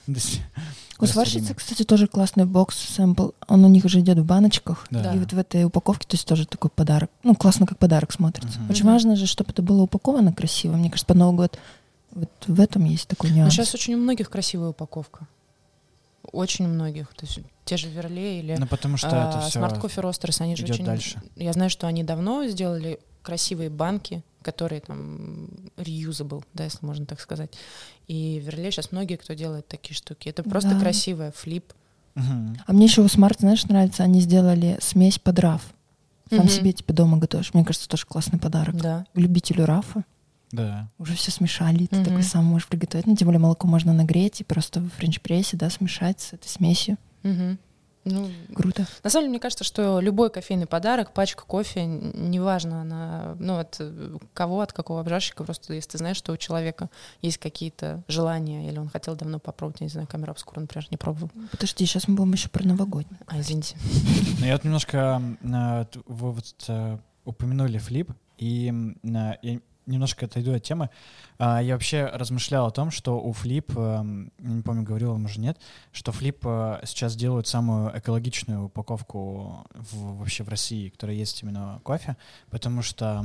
У сварщицы, кстати, тоже классный бокс, сэмпл. Он у них уже идет в баночках. Да. И вот в этой упаковке, то есть тоже такой подарок. Ну, классно, как подарок смотрится. Очень важно же, чтобы это было упаковано красиво. Мне кажется, под Новый год вот в этом есть такой нюанс. Но сейчас очень у многих красивая упаковка. Очень у многих. То есть те же Верле или потому что это все Smart Coffee Roasters, они же очень... дальше. Я знаю, что они давно сделали красивые банки, которые там reusable, да, если можно так сказать. И в Верле сейчас многие, кто делает такие штуки. Это просто красивая флип. А мне еще у Smart, знаешь, нравится, они сделали смесь под раф. Сам себе типа дома готовишь. Мне кажется, тоже классный подарок. Да. Любителю рафа. Да. Уже все смешали, ты такой сам можешь приготовить. Ну, тем более молоко можно нагреть и просто в френч-прессе, да, смешать с этой смесью. Ну, круто. На самом деле, мне кажется, что любой кофейный подарок, пачка кофе, неважно, она, ну, от кого, от какого обжарщика, просто если ты знаешь, что у человека есть какие-то желания, или он хотел давно попробовать, я не знаю, камеру обскуру, например, не пробовал. Подожди, сейчас мы будем еще про новогодний. Извините. Ну, я вот немножко... Вы вот упомянули флип, и я немножко отойду от темы. Я вообще размышлял о том, что у Flip, не помню, говорил вам уже нет, что Flip сейчас делают самую экологичную упаковку вообще в России, которая есть именно кофе, потому что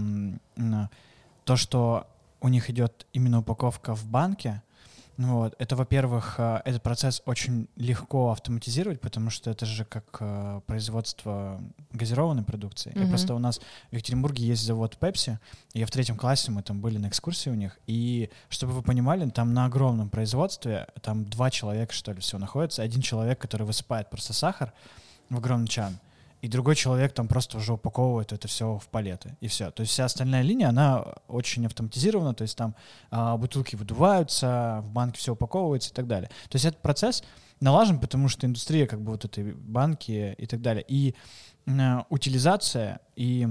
то, что у них идет именно упаковка в банке, вот, это, во-первых, этот процесс очень легко автоматизировать, потому что это же как производство газированной продукции. И просто у нас в Екатеринбурге есть завод Pepsi, и в 3 классе мы там были на экскурсии у них, и, чтобы вы понимали, там на огромном производстве, там 2 человека, что ли, всего находится, 1 человек, который высыпает просто сахар в огромный чан, и другой человек там просто уже упаковывает это все в палеты, и все. То есть вся остальная линия, она очень автоматизирована, то есть там бутылки выдуваются, в банке все упаковывается и так далее. То есть этот процесс налажен, потому что индустрия как бы вот этой банки и так далее. И утилизация, и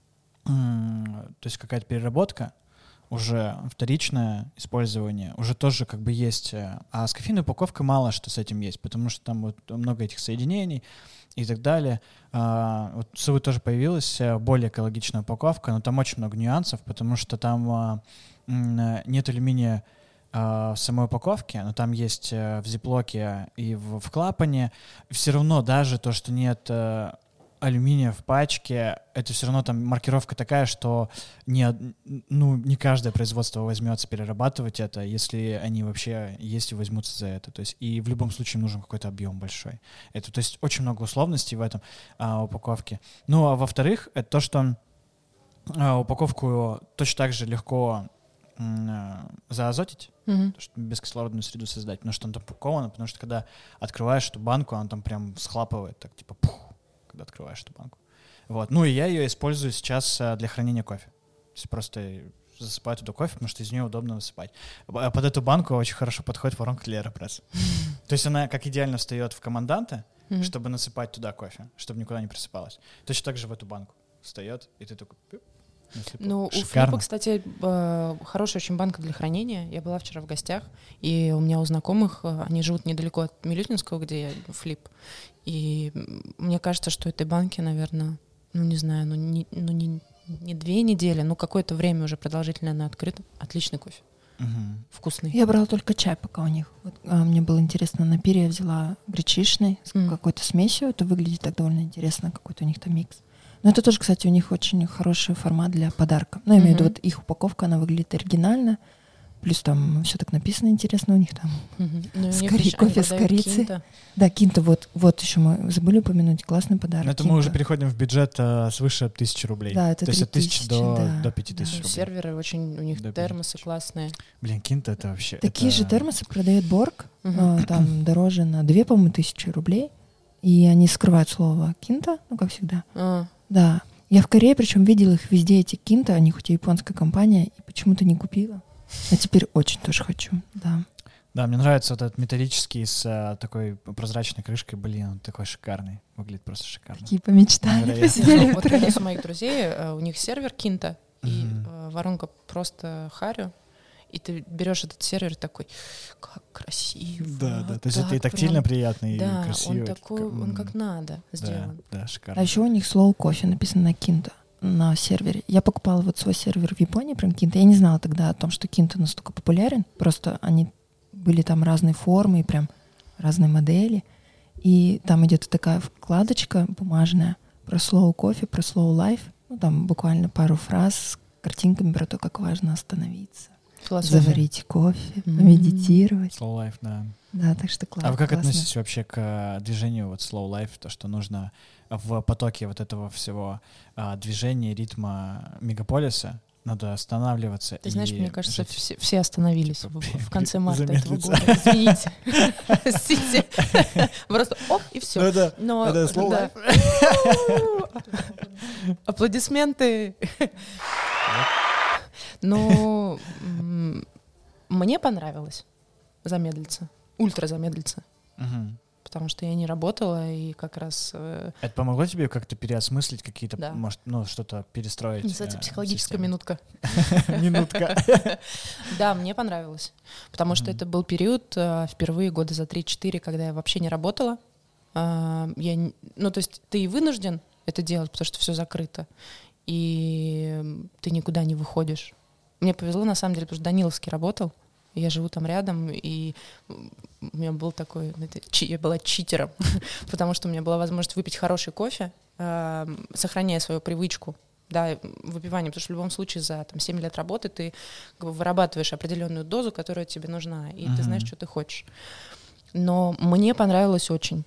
то есть какая-то переработка, уже вторичное использование, уже тоже как бы есть. А с кофейной упаковкой мало что с этим есть, потому что там вот много этих соединений и так далее. Вот в Сувы тоже появилась более экологичная упаковка, но там очень много нюансов, потому что там нет алюминия в самой упаковке, но там есть в зиплоке и в клапане. Все равно даже то, что нет алюминия в пачке, это все равно там маркировка такая, что не каждое производство возьмется перерабатывать это, если они вообще есть и возьмутся за это. То есть и в любом случае нужен какой-то объем большой. То есть очень много условностей в этом упаковке. Ну, а во-вторых, это то, что упаковку точно так же легко заазотить, чтобы бескислородную среду создать, потому что он там упакован, потому что когда открываешь эту банку, он там прям схлапывает, так типа пух, когда открываешь эту банку. Вот. Ну и я ее использую сейчас для хранения кофе. То есть просто засыпаю туда кофе, потому что из нее удобно высыпать. А под эту банку очень хорошо подходит воронка для AeroPress. То есть она как идеально встает в команданта, чтобы насыпать туда кофе, чтобы никуда не присыпалось. Точно так же в эту банку встает, и ты такой... Ну, у Флипа, кстати, хорошая очень банка для хранения. Я была вчера в гостях, и у меня у знакомых, они живут недалеко от Милютинского, где я Флип. И мне кажется, что этой банке, наверное, не 2 недели, какое-то время уже продолжительное она открыта. Отличный кофе. Вкусный. Я брала только чай пока у них. Вот, мне было интересно, на пире я взяла гречишный с какой-то смесью. Это выглядит так довольно интересно, какой-то у них там микс. Но это тоже, кстати, у них очень хороший формат для подарка. Ну, я имею в виду, вот их упаковка, она выглядит оригинально. Плюс там все так написано интересно у них там. Кофе с корицей. Да, кинта, вот еще мы забыли упомянуть, классный подарок. Это мы уже переходим в бюджет свыше 1000 рублей. Да, это 3000. То есть от 1000 до 5000 рублей. Серверы очень, у них термосы классные. Блин, кинта это вообще... Такие же термосы продает Борг, там дороже на 2, по-моему, 1000 рублей. И они скрывают слово кинта, как всегда. Да. Я в Корее, причем видела их везде, эти кинта, они хоть и японская компания, и почему-то не купила. А теперь очень тоже хочу, да. Да, мне нравится вот этот металлический с такой прозрачной крышкой. Блин, он такой шикарный. Выглядит просто шикарно. Такие помечтали. Вот один из моих друзей, у них сервер кинта, и воронка просто харю. И ты берешь этот сервер такой, как красиво. Да, то есть это и тактильно приятно, и красиво. Да, он такой, он как надо сделан. Да, шикарно. А еще у них slow кофе написано на кинта на сервере. Я покупала вот свой сервер в Японии, прям кинта. Я не знала тогда о том, что кинта настолько популярен. Просто они были там разные формы и прям разные модели. И там идет такая вкладочка бумажная про slow кофе, про slow life. Ну, там буквально пару фраз с картинками про то, как важно остановиться. Философия. Заварить кофе, медитировать. Slow life, да. Да, так что классно. А вы как относитесь вообще к движению вот slow life, то, что нужно в потоке вот этого всего движения, ритма мегаполиса, надо останавливаться? Ты знаешь, мне кажется, все остановились в конце марта этого замедлиться. года. Извините. Простите. Просто оп, и все. Это slow life. Аплодисменты. Но мне понравилось замедлиться, ультра замедлиться, потому что я не работала, и как раз... Это помогло тебе как-то переосмыслить какие-то, Да. может, что-то перестроить? Называется психологическая минутка. Минутка. Да, мне понравилось, потому что это был период впервые года за 3-4, когда я вообще не работала. То есть ты и вынужден это делать, потому что все закрыто, и ты никуда не выходишь. Мне повезло, на самом деле, потому что Даниловский работал, я живу там рядом, и у меня был такой... Я была читером, потому что у меня была возможность выпить хороший кофе, сохраняя свою привычку, да, выпивания, потому что в любом случае за 7 лет работы ты вырабатываешь определенную дозу, которая тебе нужна, и ты знаешь, что ты хочешь. Но мне понравилось очень.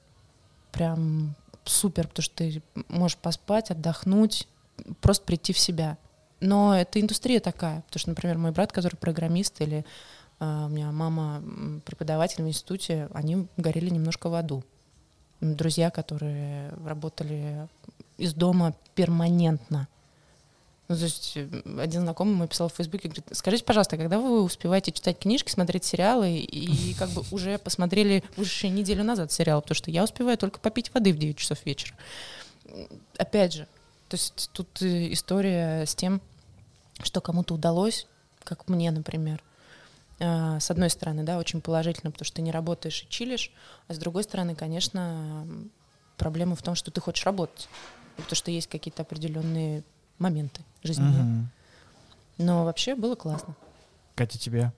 Прям супер, потому что ты можешь поспать, отдохнуть, просто прийти в себя. Но это индустрия такая, потому что, например, мой брат, который программист, или у меня мама преподаватель в институте, они горели немножко в аду. Друзья, которые работали из дома перманентно. То есть один знакомый мой писал в Фейсбуке, говорит: скажите, пожалуйста, когда вы успеваете читать книжки, смотреть сериалы и как бы уже посмотрели уже неделю назад сериал, потому что я успеваю только попить воды в 9 часов вечера. Опять же, то есть тут история с тем, что кому-то удалось, как мне, например. С одной стороны, да, очень положительно, потому что ты не работаешь и чилишь, а с другой стороны, конечно, проблема в том, что ты хочешь работать, потому что есть какие-то определенные моменты жизненные. Но вообще было классно. Катя, тебе?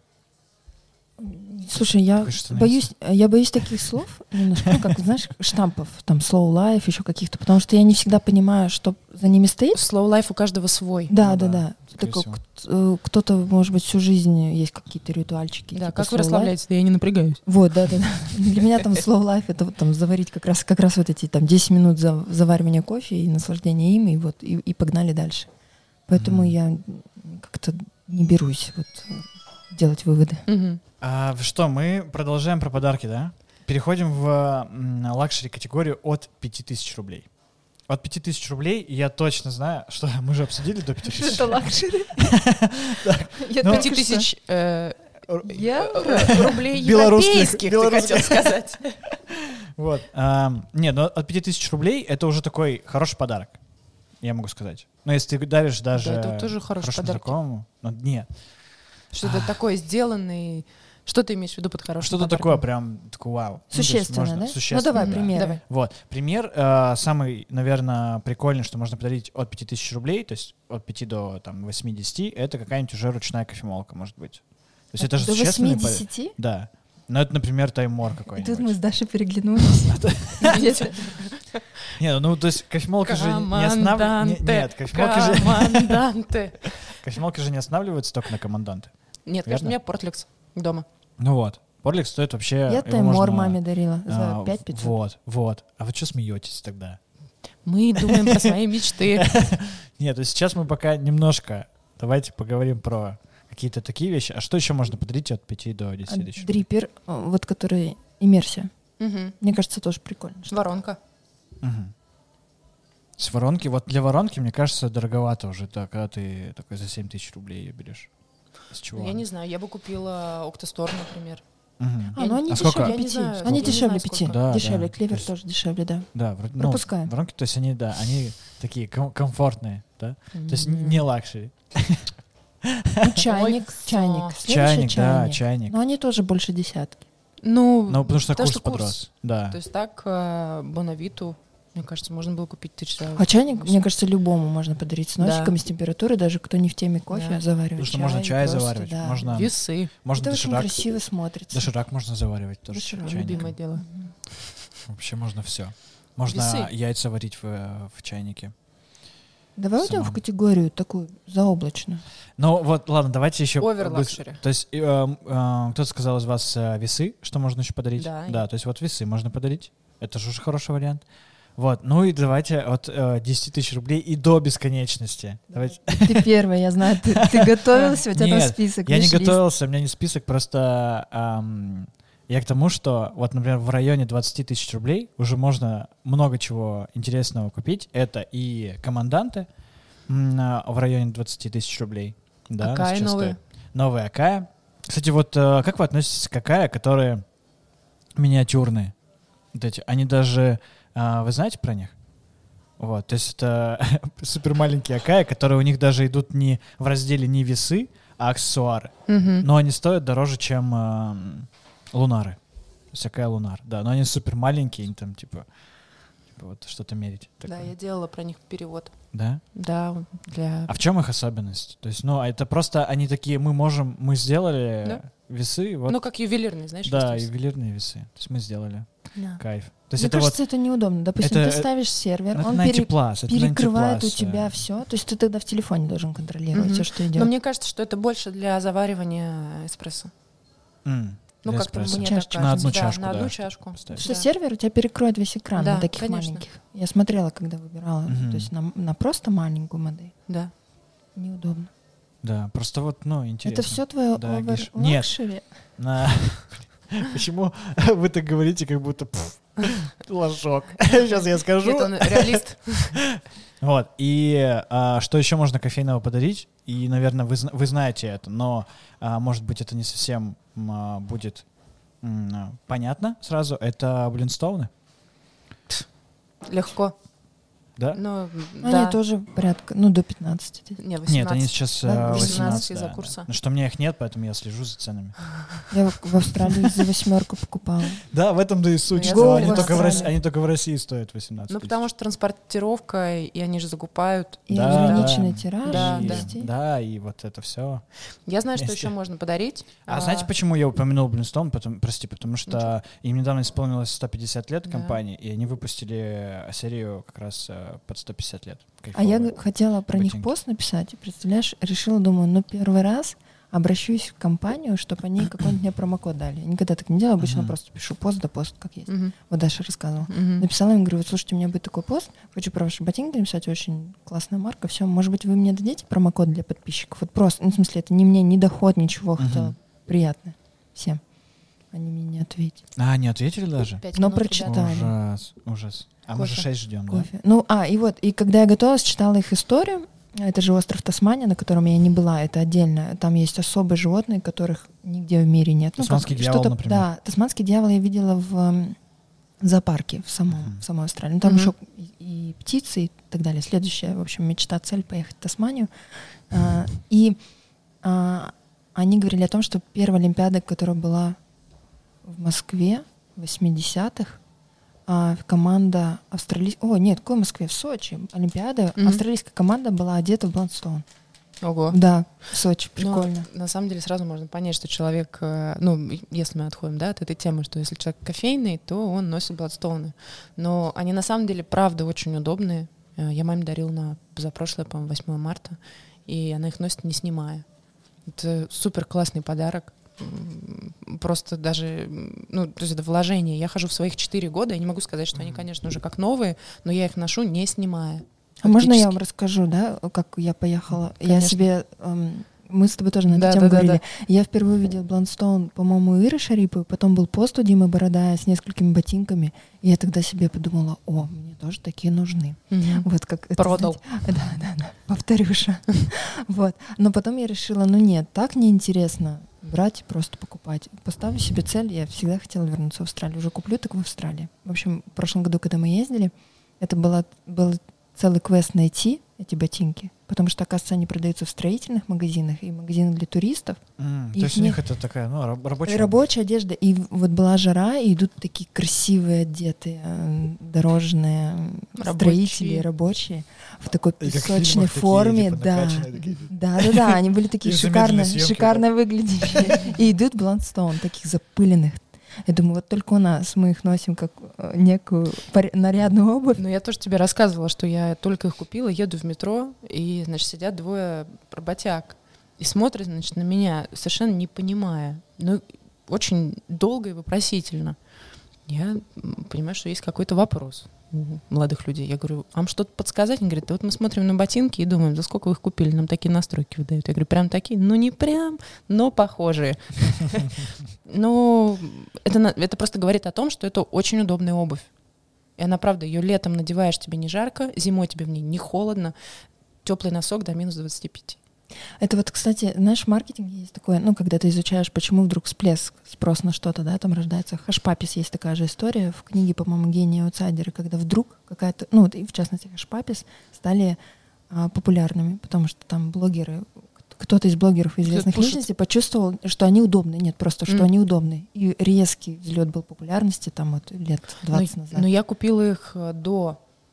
Слушай, я боюсь таких слов немножко, как, знаешь, штампов, там, slow life, еще каких-то, потому что я не всегда понимаю, что за ними стоит. Slow life у каждого свой. Да. Кто-то, может быть, всю жизнь есть какие-то ритуальчики. Да, типа как вы расслабляетесь? Да я не напрягаюсь. Вот, да. Для меня там slow life — это вот там заварить как раз вот эти там 10 минут заваривания кофе и наслаждения им, и погнали дальше. Поэтому я как-то не берусь вот делать выводы. Мгм. Что, мы продолжаем про подарки, да? Переходим в лакшери категорию от 5000 рублей. От 5000 рублей я точно знаю, что мы же обсудили до 5000. Это лакшери. Я Ну, только 5000 Евро? рублей Белорусских, европейских, ты хотел сказать. Вот. Нет, но от 5000 рублей это уже такой хороший подарок, я могу сказать. Но если ты даришь даже Да, это тоже хороший хорошему подарок. знакомому, ну, нет. Что-то такое сделанное. Что ты имеешь в виду под хорошим Что-то подарком? такое прям, такое вау. Ну, то есть Существенно, можно- да? существенно, Ну давай, да. примеры. Давай. Вот. Пример самый, наверное, прикольный, что можно подарить от 5000 рублей, то есть от 5 до там, 80, это какая-нибудь уже ручная кофемолка, может быть. То есть это же До существенный... 80? Да. Но это, например, таймор И тут мы какой-нибудь. с Дашей переглянулись. Нет, ну то есть кофемолка же не останавливается... Нет, кофемолка же не останавливается только на команданты. Нет, конечно, Верно? у меня Портлекс дома. Ну вот. Порлик стоит вообще... Я его таймор можно, маме дарила за 5500. Вот. А вы что смеетесь тогда? Мы думаем про свои мечты. Нет, то есть сейчас мы пока немножко... Давайте поговорим про какие-то такие вещи. А что еще можно подарить от 5 до 10 тысяч? Дриппер, вот который иммерсия. Мгм. Мне кажется, тоже прикольно. Воронка. Мгм. С воронки, вот для воронки, мне кажется, дороговато уже, да, когда ты такой за 7 тысяч рублей ее берешь. С чего? Я не знаю, я бы купила Octastore, например. Мгм. Ну они А сколько? дешевле Я не 5. знаю, Они я не дешевле знаю, 5. сколько. Да, Дешевле. да. Клевер То есть- тоже дешевле, да. Да, вроде, ну, Пропускаем. воронки, то есть они, да, они такие комфортные, да? То есть М. не лакшери. Ну, чайник. Ой, Чайник. всё. Следующий Чайник, да, чайник. Но они тоже больше десятки. Ну, Ну, потому что потому курс что курс. подрос. Да. то есть так, Бонавиту, мне кажется, можно было купить 1000 А чайник, мне кажется, любому можно подарить с Да. носиком, с температурой, даже кто не в теме кофе, Да. заваривать Потому что можно чай просто, заваривать, да. можно Весы. Это очень доширак. красиво смотрится. Доширак можно заваривать тоже. Доширак, чайником. Любимое дело. Вообще можно все. Можно Весы. яйца варить в чайнике. Давай уйдем в Самому. категорию такую заоблачную. Ну вот, ладно, давайте еще... Оверлакшери. То есть кто-то сказал из вас весы, что можно еще подарить? Да. То есть вот весы можно подарить. Это же уже хороший вариант. Вот, ну и давайте от 10 тысяч рублей и до бесконечности. Давайте. Ты первая, я знаю, ты готовился, у тебя там Нет, список. Я не виш-лист. готовился, у меня не список, просто я к тому, что вот, например, в районе 20 тысяч рублей уже можно много чего интересного купить. Это и команданты в районе 20 тысяч рублей. Да, Акаи сейчас новые. стоят. Новые Акаи. Кстати, вот как вы относитесь к Акаи, которые миниатюрные? Вот эти, они даже... вы знаете про них? Вот, то есть это супер маленькие Акаи, которые у них даже идут не в разделе не весы, а аксессуары. Мгм. Но они стоят дороже, чем лунары. То есть Акаи лунар. Да, но они супер маленькие, они там типа вот что-то мерить. Да, такое. я делала про них перевод. Да? Да, для... А в чем их особенность? То есть, ну, это просто они такие, мы сделали Да. весы, вот. Ну, как ювелирные, знаешь? да, есть. ювелирные весы. То есть мы сделали. Да. Кайф. То есть Мне это кажется, это неудобно. Допустим, это- ты ставишь сервер, вот он на антиплас, это на перекрывает у антиплас, тебя все. То есть ты тогда в телефоне должен контролировать Мгм. все, что Но идет. мне кажется, что это больше для заваривания эспрессо. Ну, для как-то эспрессо. мне Чашечку. так На кажется. одну Да, чашку, на одну да, чашку. поставить. Что Да. сервер у тебя перекроет весь экран Да, на таких конечно. маленьких. Я смотрела, когда выбирала, Мгм. то есть на просто маленькую модель. Да. Неудобно. Да, просто вот, ну, интересно. Это все твое Да, Гиш. Нет. оверлакшери? Почему вы так говорите, как будто ложок? Сейчас я скажу. Нет, он реалист. Вот, и что еще можно кофейного подарить? И, наверное, вы знаете это, но, может быть, это не совсем будет понятно сразу. Это блинстоуны, Легко. да? Ну, Они да. тоже порядка, до 15. Не, 18. Нет, они сейчас Да, 18, 18 из-за да, курса. да. Ну, что у меня их нет, поэтому я слежу за ценами. Я в Австралии за 8 покупала. Да, в этом да и суть, я что знаю, они в только в России, Австралии. они только в России стоят 18 Ну, тысяч. потому что транспортировка, и они же закупают. И Да, ограниченный да. тираж. Да, И- да. везде. да, и вот это все. Я знаю, что Вместе. еще можно подарить. А знаете, почему я упомянул Блинстоун? Потому что Ничего. им недавно исполнилось 150 лет Да. компании, и они выпустили серию как раз под 150 лет. А я Кайфовую. хотела про них ботинки. пост написать, и, представляешь, решила, думаю, первый раз, обращусь в компанию, чтобы они какой-нибудь мне промокод дали. Я никогда так не делаю, обычно просто пишу пост, да пост, как есть. Вот Даша рассказывала. Написала им, говорю, вот слушайте, у меня будет такой пост, хочу про ваши ботинки написать, очень классная марка, все, может быть, вы мне дадите промокод для подписчиков? Вот просто, ну, в смысле, это не мне, не доход, ничего, хотела приятно всем. Они мне не ответили. Не ответили даже? Но прочитали. Ужас. А мы же 6 ждем, кофе. Да? И когда я готовилась, читала их историю. Это же остров Тасмания, на котором я не была, это отдельно. Там есть особые животные, которых нигде в мире нет. Тасманский дьявол, например. Да, тасманский дьявол я видела в зоопарке в самой Австралии. Ну, там еще и птицы и так далее. Следующая, в общем, мечта, цель — поехать в Тасманию. И они говорили о том, что первая Олимпиада, которая была в Москве в 80-х, команда какой в Москве? В Сочи. Олимпиада. Австралийская команда была одета в Бландстоун. Ого. Да, в Сочи. Прикольно. Но, на самом деле сразу можно понять, что человек, если мы отходим, да, от этой темы, что если человек кофейный, то он носит Бладстоуны. Но они на самом деле, правда, очень удобные. Я маме дарила на позапрошлое, по-моему, 8 марта, и она их носит, не снимая. Это супер классный подарок. Просто даже, то есть это вложение. Я хожу в своих 4 года, я не могу сказать, что они, конечно, уже как новые, но я их ношу, не снимая. А можно я вам расскажу, да, как я поехала? Конечно. Я себе... Мы с тобой тоже на эту тему говорили. Да. Я впервые увидела Бландстоун, по-моему, у Иры Шариповой, потом был пост у Димы Бородая с несколькими ботинками, и я тогда себе подумала, мне тоже такие нужны. Вот как продал. Да, повторюша. Вот. Но потом я решила, нет, так неинтересно брать и просто покупать. Поставлю себе цель, я всегда хотела вернуться в Австралию, уже куплю так в Австралии. В общем, в прошлом году, когда мы ездили, это был целый квест найти эти ботинки, потому что, оказывается, они продаются в строительных магазинах и магазинах для туристов. То есть у них это такая, рабочая одежда. И вот была жара, и идут такие красивые одетые, дорожные строители, рабочие, в такой песочной форме. Да, они были такие шикарно выглядящие. И идут Бландстоун, таких запыленных. Я думаю, вот только у нас мы их носим как некую нарядную обувь. Ну, я тоже тебе рассказывала, что я только их купила, еду в метро, и, значит, сидят 2 работяг и смотрят, значит, на меня, совершенно не понимая. Очень долго и вопросительно. Я понимаю, что есть какой-то вопрос у молодых людей. Я говорю, вам что-то подсказать? Они говорят, да вот мы смотрим на ботинки и думаем, за сколько вы их купили, нам такие настройки выдают. Я говорю, прям такие? Не прям, но похожие. Это просто говорит о том, что это очень удобная обувь. И она, правда, ее летом надеваешь, тебе не жарко, зимой тебе в ней не холодно, теплый носок до минус 25. Это вот, кстати, знаешь, в маркетинге есть такое, когда ты изучаешь, почему вдруг спрос на что-то, да, там рождается. Хэшпапис есть такая же история в книге, по-моему, «Гении и аутсайдеры», когда вдруг какая-то, и в частности хэшпапис стали популярными, потому что там блогеры, кто-то из блогеров известных личностей почувствовал, что они удобны. Нет, просто что они удобны. И резкий взлет был популярности там вот лет 20 назад. Но я купила их до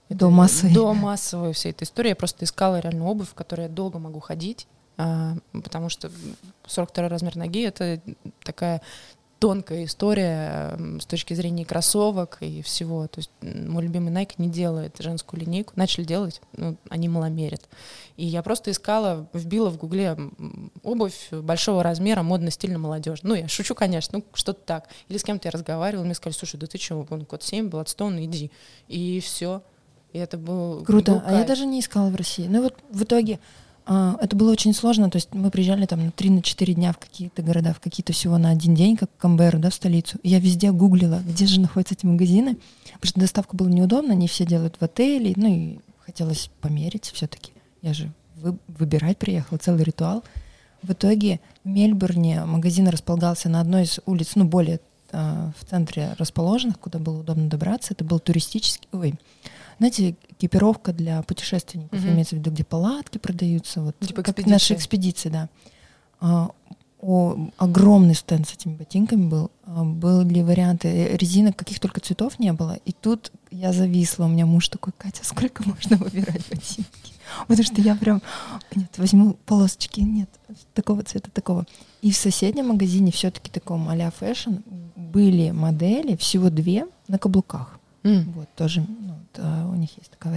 массовой всей этой истории. Я просто искала реально обувь, в которой я долго могу ходить, потому что 42 размер ноги — это такая тонкая история с точки зрения кроссовок и всего. То есть мой любимый Nike не делает женскую линейку. Начали делать, они маломерят. И я просто искала, вбила в Гугле обувь большого размера, модно-стильно, молодежно. Я шучу, конечно, что-то так. Или с кем-то я разговаривала, мне сказали, слушай, да ты что, код 7, Бладстоун, иди. И все. И это был круто. А я даже не искала в России. Вот в итоге это было очень сложно. То есть мы приезжали там на 3-4 дня в какие-то города, в какие-то всего на один день, как в Канберру, да, в столицу. И я везде гуглила, где же находятся эти магазины, потому что доставка была неудобна, не все делают в отеле, и хотелось померить все-таки. Я же выбирать приехала, целый ритуал. В итоге в Мельбурне магазин располагался на одной из улиц, более в центре расположенных, куда было удобно добраться. Это был туристический... Знаете, экипировка для путешественников, имеется в виду, где палатки продаются, вот типа как наши экспедиции, да. Огромный стенд с этими ботинками был. Были варианты резинок, каких только цветов не было. И тут я зависла. У меня муж такой, Катя, сколько можно выбирать ботинки? Потому что я прям, возьму полосочки, такого цвета, такого. И в соседнем магазине, все-таки таком а-ля фэшн, были модели, всего 2 на каблуках. Вот, тоже у них есть такая вариация.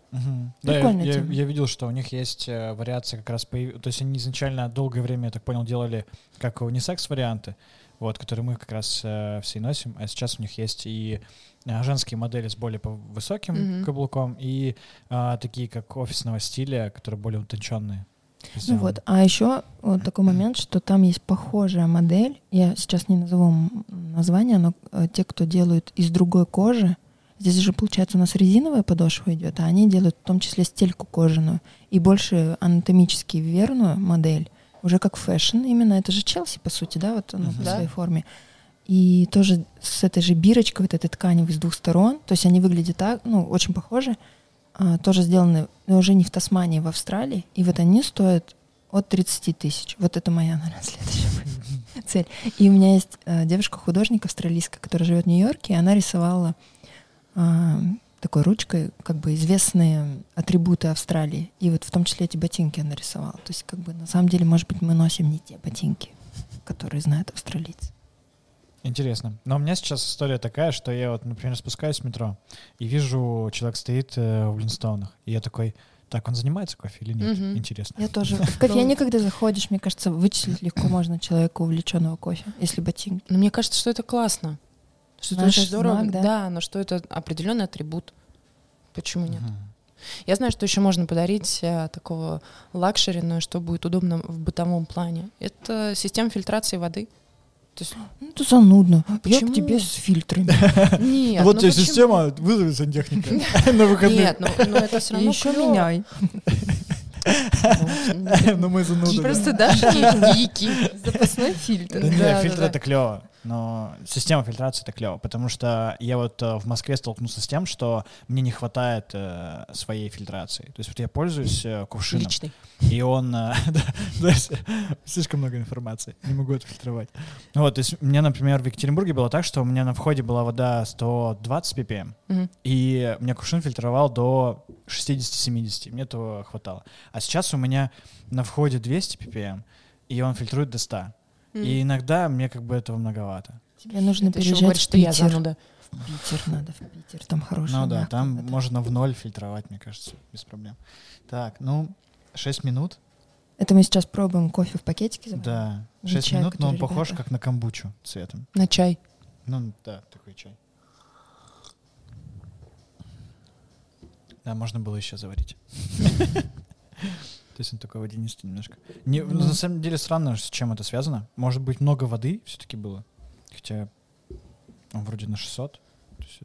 Да, Прикольная тема. я видел, что у них есть вариация как раз... То есть они изначально долгое время, я так понял, делали как унисекс-варианты, вот, которые мы как раз все и носим, а сейчас у них есть и женские модели с более высоким каблуком, и такие, как офисного стиля, которые более утонченные. Ну вот, а еще вот такой момент, что там есть похожая модель, я сейчас не назову название, но те, кто делают из другой кожи, здесь же, получается, у нас резиновая подошва идет, а они делают в том числе стельку кожаную и больше анатомически верную модель, уже как фэшн именно, это же Челси, по сути, да, вот оно по своей форме. И тоже с этой же бирочкой вот этой тканевой с двух сторон, то есть они выглядят так, ну, очень похожи, тоже сделаны, но уже не в Тасмании, в Австралии, и вот они стоят от 30 тысяч. Вот это моя, наверное, следующая цель. И у меня есть девушка-художник австралийская, которая живет в Нью-Йорке, и она рисовала такой ручкой как бы известные атрибуты Австралии. И вот в том числе эти ботинки она рисовала. То есть как бы на самом деле, может быть, мы носим не те ботинки, которые знают австралийцы. Интересно. Но у меня сейчас история такая, что я вот, например, спускаюсь в метро и вижу, человек стоит в Блинстоунах, и я такой, так, он занимается кофе или нет? Интересно. Я тоже. В кофейне, когда заходишь, мне кажется, вычислить легко можно человека, увлеченного кофе, если ботинки. Но мне кажется, что это классно. Что это очень здорово. Знак, да, но что это определенный атрибут. Почему нет? Я знаю, что еще можно подарить такого лакшери, но что будет удобно в бытовом плане. Это система фильтрации воды. То есть, ну, это занудно. Почему? Я к тебе с фильтрами. Нет, вот тебе система, вызови сантехника на выходные. Нет, но это все равно еще меняй. Ну мы зануды. Просто гики. Запасной фильтр. Да нет, фильтр это клево. Но система фильтрации это клево, потому что я вот в Москве столкнулся с тем, что мне не хватает своей фильтрации. То есть вот я пользуюсь кувшином. Личный. И он... слишком много информации, не могу отфильтровать. Вот, то есть у меня, например, в Екатеринбурге было так, что у меня на входе была вода 120 ppm, и мне кувшин фильтровал до 60-70, мне этого хватало. А сейчас у меня на входе 200 ppm, и он фильтрует до 100. И иногда мне как бы этого многовато. Тебе нужно переезжать в Питер. В Питер надо, в Питер, там хорошая. Ну да, там можно в ноль фильтровать, мне кажется, без проблем. Так, 6 минут. Это мы сейчас пробуем кофе в пакетике? Да, 6 минут, но он похож как на камбучу цветом. На чай. Ну да, такой чай. Да, можно было еще заварить. То есть он такой водянистый немножко. На самом деле странно, с чем это связано. Может быть, много воды все-таки было? Хотя он вроде на 600. То есть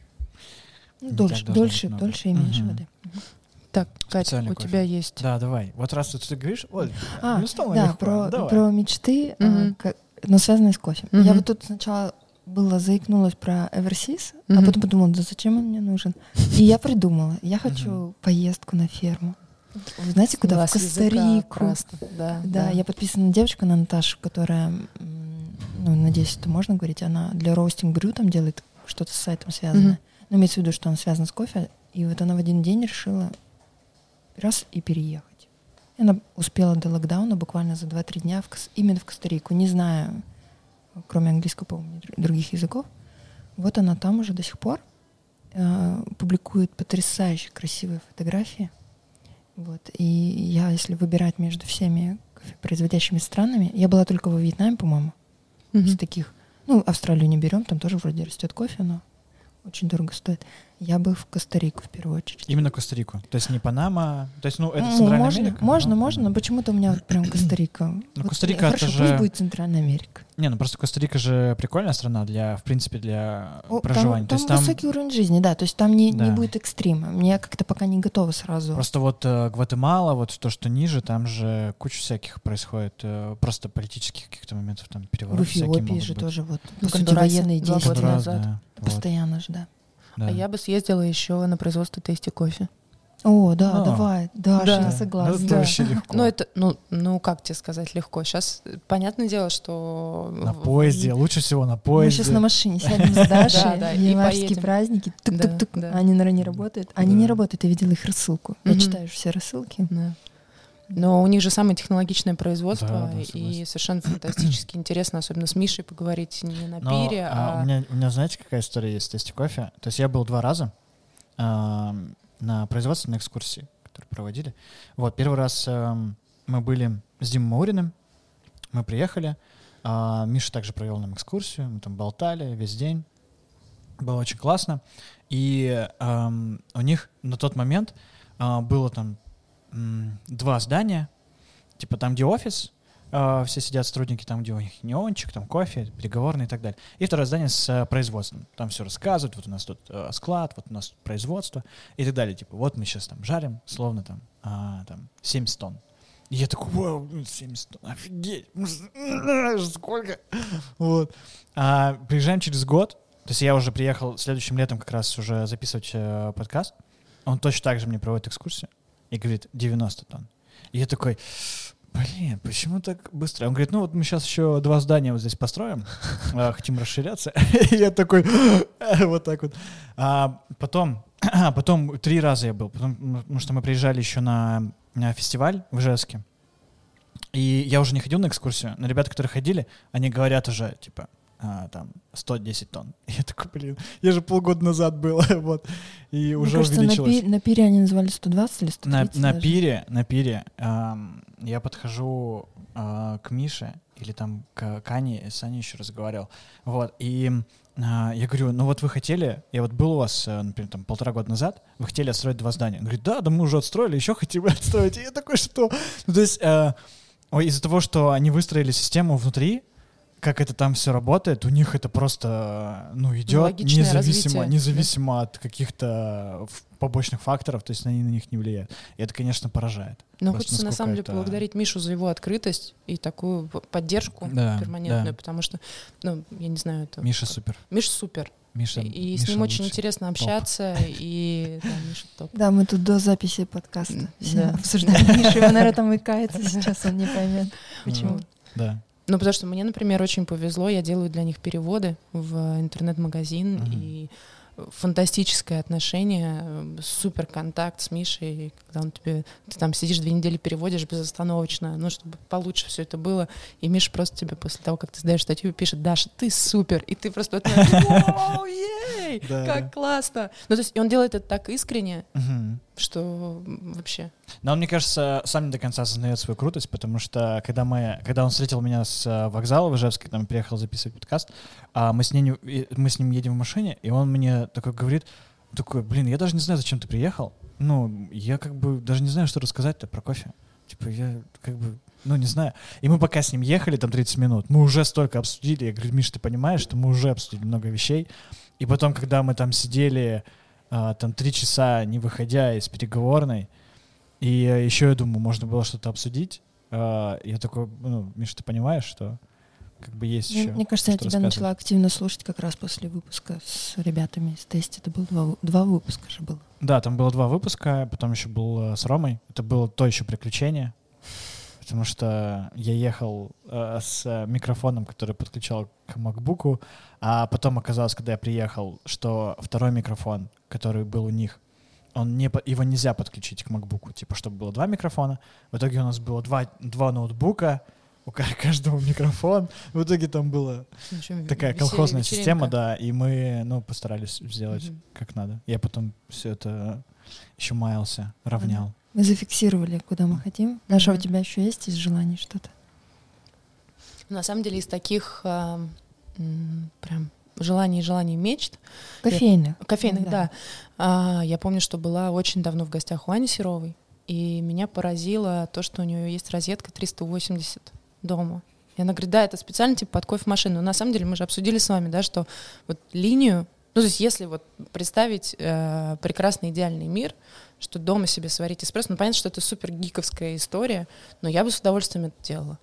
это дольше и меньше воды. Так, Катя, у тебя есть... Да, давай. Вот раз ты говоришь... Да, про мечты, но связанные с кофе. Я вот тут сначала заикнулась про Eversys, а потом подумала, да зачем он мне нужен? И я придумала. Я хочу поездку на ферму. Вы знаете, куда? В Коста-Рику. Да, я подписана на девочку, на Наташу, которая, надеюсь, это можно говорить, она для роустинг брю там делает что-то с сайтом связанное. Но имеется в виду, что она связана с кофе. И вот она в один день решила раз и переехать. И она успела до локдауна буквально за 2-3 дня именно в Коста-Рику, не зная, кроме английского, по-моему, других языков. Вот она там уже до сих пор публикует потрясающе красивые фотографии. Вот. И я, если выбирать между всеми кофепроизводящими странами, я была только во Вьетнаме, по-моему, из таких. Австралию не берем, там тоже вроде растет кофе, но очень дорого стоит. Я бы в Коста-Рику в первую очередь. Именно Коста-Рику? То есть не Панама? То есть, это Центральная Америка? Можно, но почему-то у меня вот прям Коста-Рика. Коста-Рика это же... пусть будет Центральная Америка. Просто Коста-Рика же прикольная страна в принципе, для проживания. Там высокий уровень жизни, да, то есть там не будет экстрима. Мне как-то пока не готово сразу. Просто вот Гватемала, вот то, что ниже, там же куча всяких происходит, просто политических каких-то моментов, там переворот всякие могут быть. В Эфиопии же тоже вот, по сути, военные действия. 2 года назад. Постоянно же, да. А я бы съездила еще на производство Tasty Coffee. О, да, давай. Даша, я согласна. Это вообще легко. Это, как тебе сказать легко? Сейчас, понятное дело, что... На поезде, лучше всего на поезде. Мы сейчас на машине сядем с Дашей, январские праздники, тук-тук-тук. Они, наверное, не работают. Они не работают, я видела их рассылку. Я читаю все рассылки. Но у них же самое технологичное производство, и совершенно фантастически интересно, особенно с Мишей поговорить не на пире, у меня, знаете, какая история есть с Tasty Coffee? То есть я был 2 раза. на производственной экскурсии, которую проводили. Вот, первый раз мы были с Димой Мауриным, мы приехали, Миша также провел нам экскурсию, мы там болтали весь день, было очень классно. И у них на тот момент было там 2 здания, типа там, где офис, все сидят сотрудники, там, где у них неончик, там кофе, переговорный и так далее. И второе здание с производством. Там все рассказывают, вот у нас тут склад, вот у нас тут производство и так далее. Типа вот мы сейчас там жарим, словно там 70 тонн. И я такой, вау, 70 тонн, офигеть, сколько? Вот. Приезжаем через год, то есть я уже приехал следующим летом как раз уже записывать подкаст. Он точно так же мне проводит экскурсию и говорит, 90 тонн. И я такой, блин, почему так быстро? Он говорит, ну вот мы сейчас еще 2 здания вот здесь построим, хотим расширяться. И я такой, вот так вот. Потом 3 раза я был, потому что мы приезжали еще на фестиваль в Ижевске. И я уже не ходил на экскурсию, но ребята, которые ходили, они говорят уже, типа, там, 110 тонн. И я такой, блин, я же полгода назад был, вот, и уже увеличилось. На пире они называли 120 или 130? На пире я подхожу к Мише, или там к Ане, с Аней еще разговаривал, вот, и я говорю, ну вот вы хотели, я вот был у вас, например, там 1,5 года назад, вы хотели отстроить 2 здания. Он говорит, да, мы уже отстроили, еще хотим отстроить. И я такой, что? Ну, то есть из-за того, что они выстроили систему внутри, как это там все работает, у них это просто, идет независимо от каких-то побочных факторов, то есть они на них не влияют. И это, конечно, поражает. Но хочется, на самом деле, поблагодарить Мишу за его открытость и такую поддержку перманентную, потому что, я не знаю... Это Миша супер. Миша супер. Миша с ним очень интересно общаться, и Миша топ. Да, мы тут до записи подкаста обсуждаем Мишу, он, наверное, там икается сейчас, он не поймет, почему. Да. Ну, потому что мне, например, очень повезло, я делаю для них переводы в интернет-магазин, и фантастическое отношение, супер контакт с Мишей, когда ты там сидишь 2 недели, переводишь безостановочно, чтобы получше все это было, и Миша просто тебе после того, как ты сдаешь статью, пишет: Даша, ты супер, и ты просто вау, ей, как классно. Ну, то есть, и он делает это так искренне, что вообще... Но он, мне кажется, сам не до конца осознает свою крутость, потому что когда он встретил меня с вокзала в Ижевске, когда он приехал записывать подкаст, мы с ним едем в машине, и он мне такой говорит, блин, я даже не знаю, зачем ты приехал. Я как бы даже не знаю, что рассказать-то про кофе. Типа, я как бы, не знаю. И мы пока с ним ехали, там 30 минут, мы уже столько обсудили. Я говорю, Миш, ты понимаешь, что мы уже обсудили много вещей. И потом, когда мы там сидели, там 3 часа, не выходя из переговорной, и еще, я думаю, можно было что-то обсудить. Я такой, Миша, ты понимаешь, что как бы есть еще... Мне кажется, я тебя начала активно слушать как раз после выпуска с ребятами из Тести. Это было 2 выпуска же было. Да, там было 2 выпуска, потом еще был с Ромой. Это было то еще приключение, потому что я ехал с микрофоном, который подключал к MacBook'у, а потом оказалось, когда я приехал, что второй микрофон, который был у них, его нельзя подключить к MacBook'у, типа, чтобы было 2 микрофона. В итоге у нас было 2 ноутбука, у каждого микрофон. В итоге там была такая колхозная система, да, и мы, постарались сделать как надо. Я потом все это еще маялся, равнял. Мы зафиксировали, куда мы хотим. Даша, у тебя еще есть из желаний что-то? На самом деле из таких прям желаний, мечт. Кофейных, да. Я помню, что была очень давно в гостях у Ани Серовой, и меня поразило то, что у нее есть розетка 380 дома. И она говорит, да, это специально типа под кофемашину. Но на самом деле мы же обсудили с вами, да, что вот линию, то есть если вот представить прекрасный идеальный мир, что дома себе сварить эспрессо, понятно, что это супер гиковская история, но я бы с удовольствием это делала.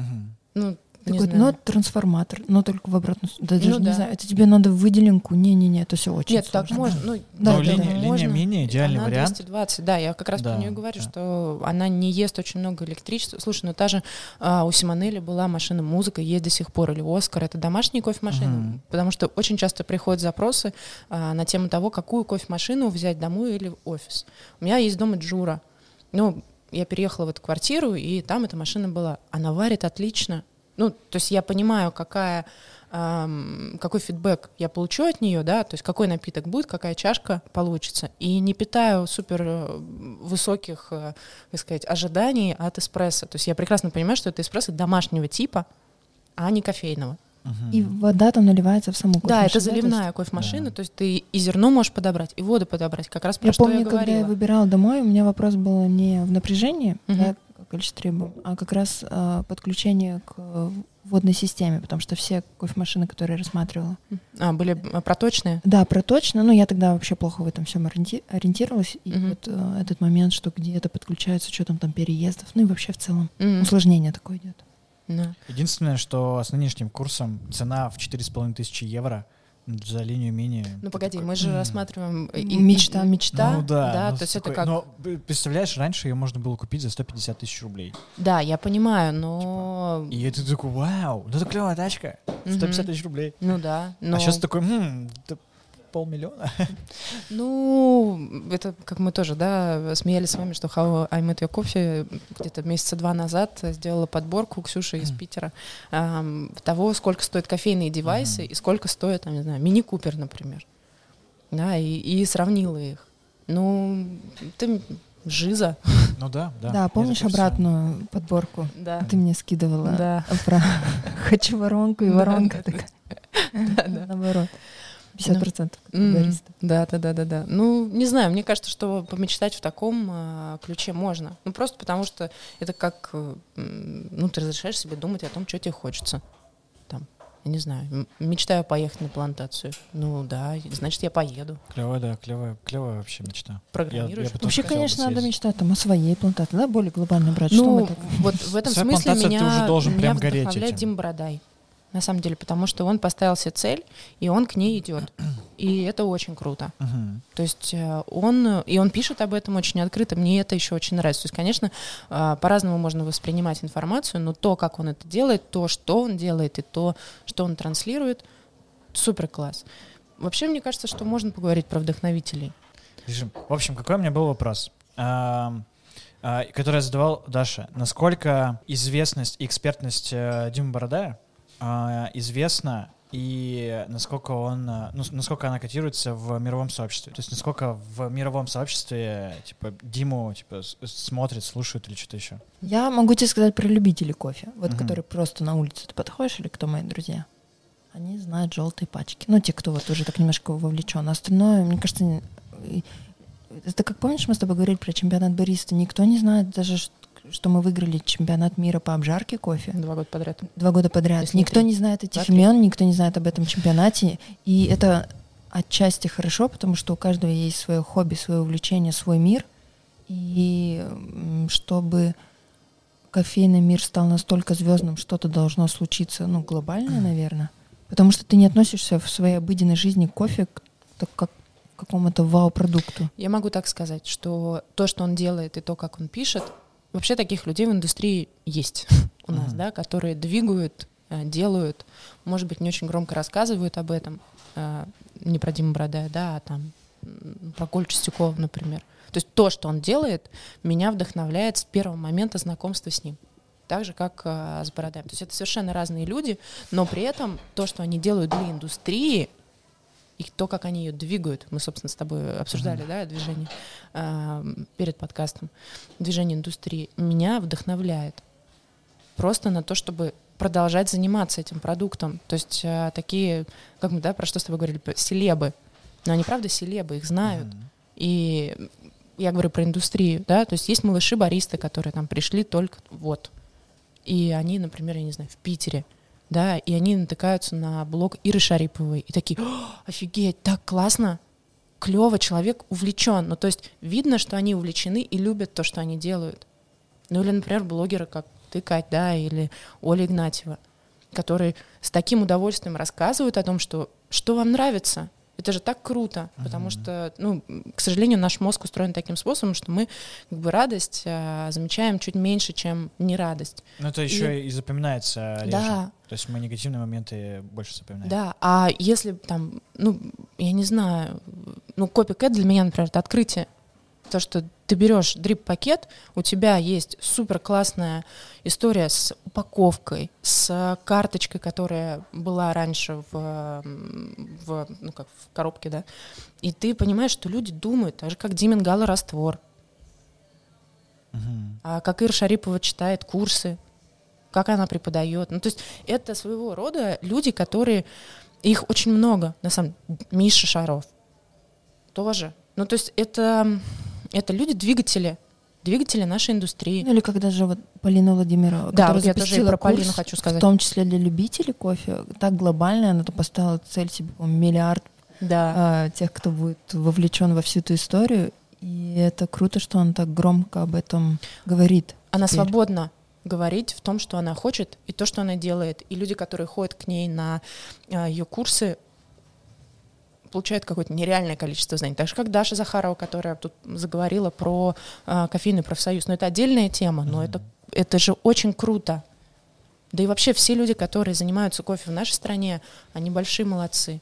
Такой, трансформатор, но только в обратную сторону. Не знаю, это тебе надо в выделенку. Не, это все очень сложно. Так можно. Линия мини идеальный вариант. 220, да, я как раз про нее говорю, что она не ест очень много электричества. Слушай, та же у Симонелли была машина музыка, есть до сих пор, или Оскар, это домашние кофемашины, потому что очень часто приходят запросы на тему того, какую кофемашину взять домой или в офис. У меня есть дома Джура. Я переехала в эту квартиру, и там эта машина была. Она варит отлично. То есть я понимаю, какая какой фидбэк я получу от нее, да, то есть какой напиток будет, какая чашка получится, и не питаю супер высоких, как сказать, ожиданий от эспрессо. То есть я прекрасно понимаю, что это эспрессо домашнего типа, а не кофейного. И вода там наливается в саму кофемашину. Да, это заливная кофемашина, то есть ты и зерно можешь подобрать, и воду подобрать, как раз про Я что помню, я говорила. когда я выбирала домой, у меня вопрос был не в напряжении, да, количество требуем, а как раз подключение к водной системе, потому что все кофемашины, которые я рассматривала. Были проточные? Да, проточно. Ну, я тогда вообще плохо в этом всем ориентировалась. И вот этот момент, что где-то подключается, что там переездов, ну и вообще в целом усложнение такое идет. Да. Единственное, что с нынешним курсом цена в 4500 евро за линию мини. Ну погоди, мы же рассматриваем мечта. Ну да, то есть такой, это как... Но представляешь, раньше ее можно было купить за 150 тысяч рублей. Да, я понимаю, но... И ты такой, вау, ну это клевая тачка, 150 тысяч рублей. Ну да, но... А сейчас такой, это 500 000. Ну, это как мы тоже, да, смеялись с вами, что How I Met Your Coffee где-то месяца 2 назад сделала подборку Ксюша из Питера того, сколько стоят кофейные девайсы и сколько стоит, там, не знаю, мини-купер, например. Да, и сравнила их. Ну, ты жиза. Ну да. Да, помнишь обратную подборку? Да. Ты мне скидывала Да. про «хочу воронку» и воронка такая. Наоборот. 50% бариста. Да. Ну, не знаю, мне кажется, что помечтать в таком ключе можно. Ну, просто потому что это как, ну, ты разрешаешь себе думать о том, что тебе хочется. Там, я не знаю, мечтаю поехать на плантацию. Ну, да, значит, я поеду. Клевая вообще мечта. Программируешь. Вообще, конечно, надо мечтать там о своей плантации, да, более глобально брать. Ну, что вот в этом Своя смысле плантация, ты уже должен меня прям гореть вдохновляет этим. Дима Бородай. На самом деле, потому что он поставил себе цель, и он к ней идет. И это очень круто. То есть он пишет об этом очень открыто, мне это еще очень нравится. То есть, конечно, по-разному можно воспринимать информацию, но то, как он это делает, то, что он делает, и то, что он транслирует, супер класс. Вообще, мне кажется, что можно поговорить про вдохновителей. В общем, какой у меня был вопрос, который я задавал Даше. Насколько известность и экспертность Димы Бородая известна, и насколько она котируется в мировом сообществе? То есть насколько в мировом сообществе Диму смотрят, слушают или что-то еще? Я могу тебе сказать про любителей кофе, вот которые просто на улице ты подходишь, или кто мои друзья. Они знают желтые пачки. Ну, те, кто вот уже так немножко вовлечен. А остальное, мне кажется, это как помнишь, мы с тобой говорили про чемпионат бариста. Никто не знает даже, что мы выиграли чемпионат мира по обжарке кофе. 2 года подряд. 2 года подряд. Никто не знает этих имен, никто не знает об этом чемпионате. И это отчасти хорошо, потому что у каждого есть свое хобби, свое увлечение, свой мир. И чтобы кофейный мир стал настолько звездным, что-то должно случиться, ну, глобальное, наверное. Потому что ты не относишься в своей обыденной жизни к кофе как к какому-то вау-продукту. Я могу так сказать, что то, что он делает, и то, как он пишет, вообще таких людей в индустрии есть у нас, да, которые двигают, делают, может быть, не очень громко рассказывают об этом, не про Диму Бородая, да, а там про Колю Чистякова, например. То есть то, что он делает, меня вдохновляет с первого момента знакомства с ним. Так же, как с Бородаем. То есть это совершенно разные люди, но при этом то, что они делают для индустрии, и то, как они ее двигают, мы, собственно, с тобой обсуждали, да, движение перед подкастом, движение индустрии, меня вдохновляет просто на то, чтобы продолжать заниматься этим продуктом. То есть такие, как мы, да, про что с тобой говорили, селебы. Но они, правда, селебы, их знают. И я говорю про индустрию, да, то есть есть малыши-баристы, которые там пришли только вот. И они, например, я не знаю, в Питере, да, и они натыкаются на блог Иры Шариповой и такие: офигеть, так классно, клево, человек увлечен. Ну, то есть видно, что они увлечены и любят то, что они делают. Ну, или, например, блогеры, как ты, Кать, да, или Оля Игнатьева, которые с таким удовольствием рассказывают о том, что вам нравится. Это же так круто, потому что, ну, к сожалению, наш мозг устроен таким способом, что мы как бы радость замечаем чуть меньше, чем нерадость. Ну, это еще и запоминается реже. Да. То есть мы негативные моменты больше запоминаем. Да, а если там, ну, я не знаю, ну, копикэт для меня, например, это открытие. То, что Ты берешь дрип-пакет, у тебя есть супер классная история с упаковкой, с карточкой, которая была раньше в коробке, да, и ты понимаешь, что люди думают, так же, как Димин Гала раствор, а как Ира Шарипова читает курсы, как она преподает. Ну, то есть это своего рода люди, которые... Их очень много, на самом деле. Миша Шаров тоже. Ну, то есть это люди-двигатели нашей индустрии. Ну, или когда же вот Полина Владимирова, да, которая вот я тоже и про курс, Полину хочу сказать. В том числе для любителей кофе, так глобальная, она поставила цель себе, по-моему, миллиард тех, кто будет вовлечен во всю эту историю. И это круто, что она так громко об этом говорит. Она теперь свободна говорить в том, что она хочет, и то, что она делает. И люди, которые ходят к ней на ее курсы, получают какое-то нереальное количество знаний. Так же, как Даша Захарова, которая тут заговорила про кофейный профсоюз. Но это отдельная тема, но это же очень круто. Да и вообще все люди, которые занимаются кофе в нашей стране, они большие молодцы.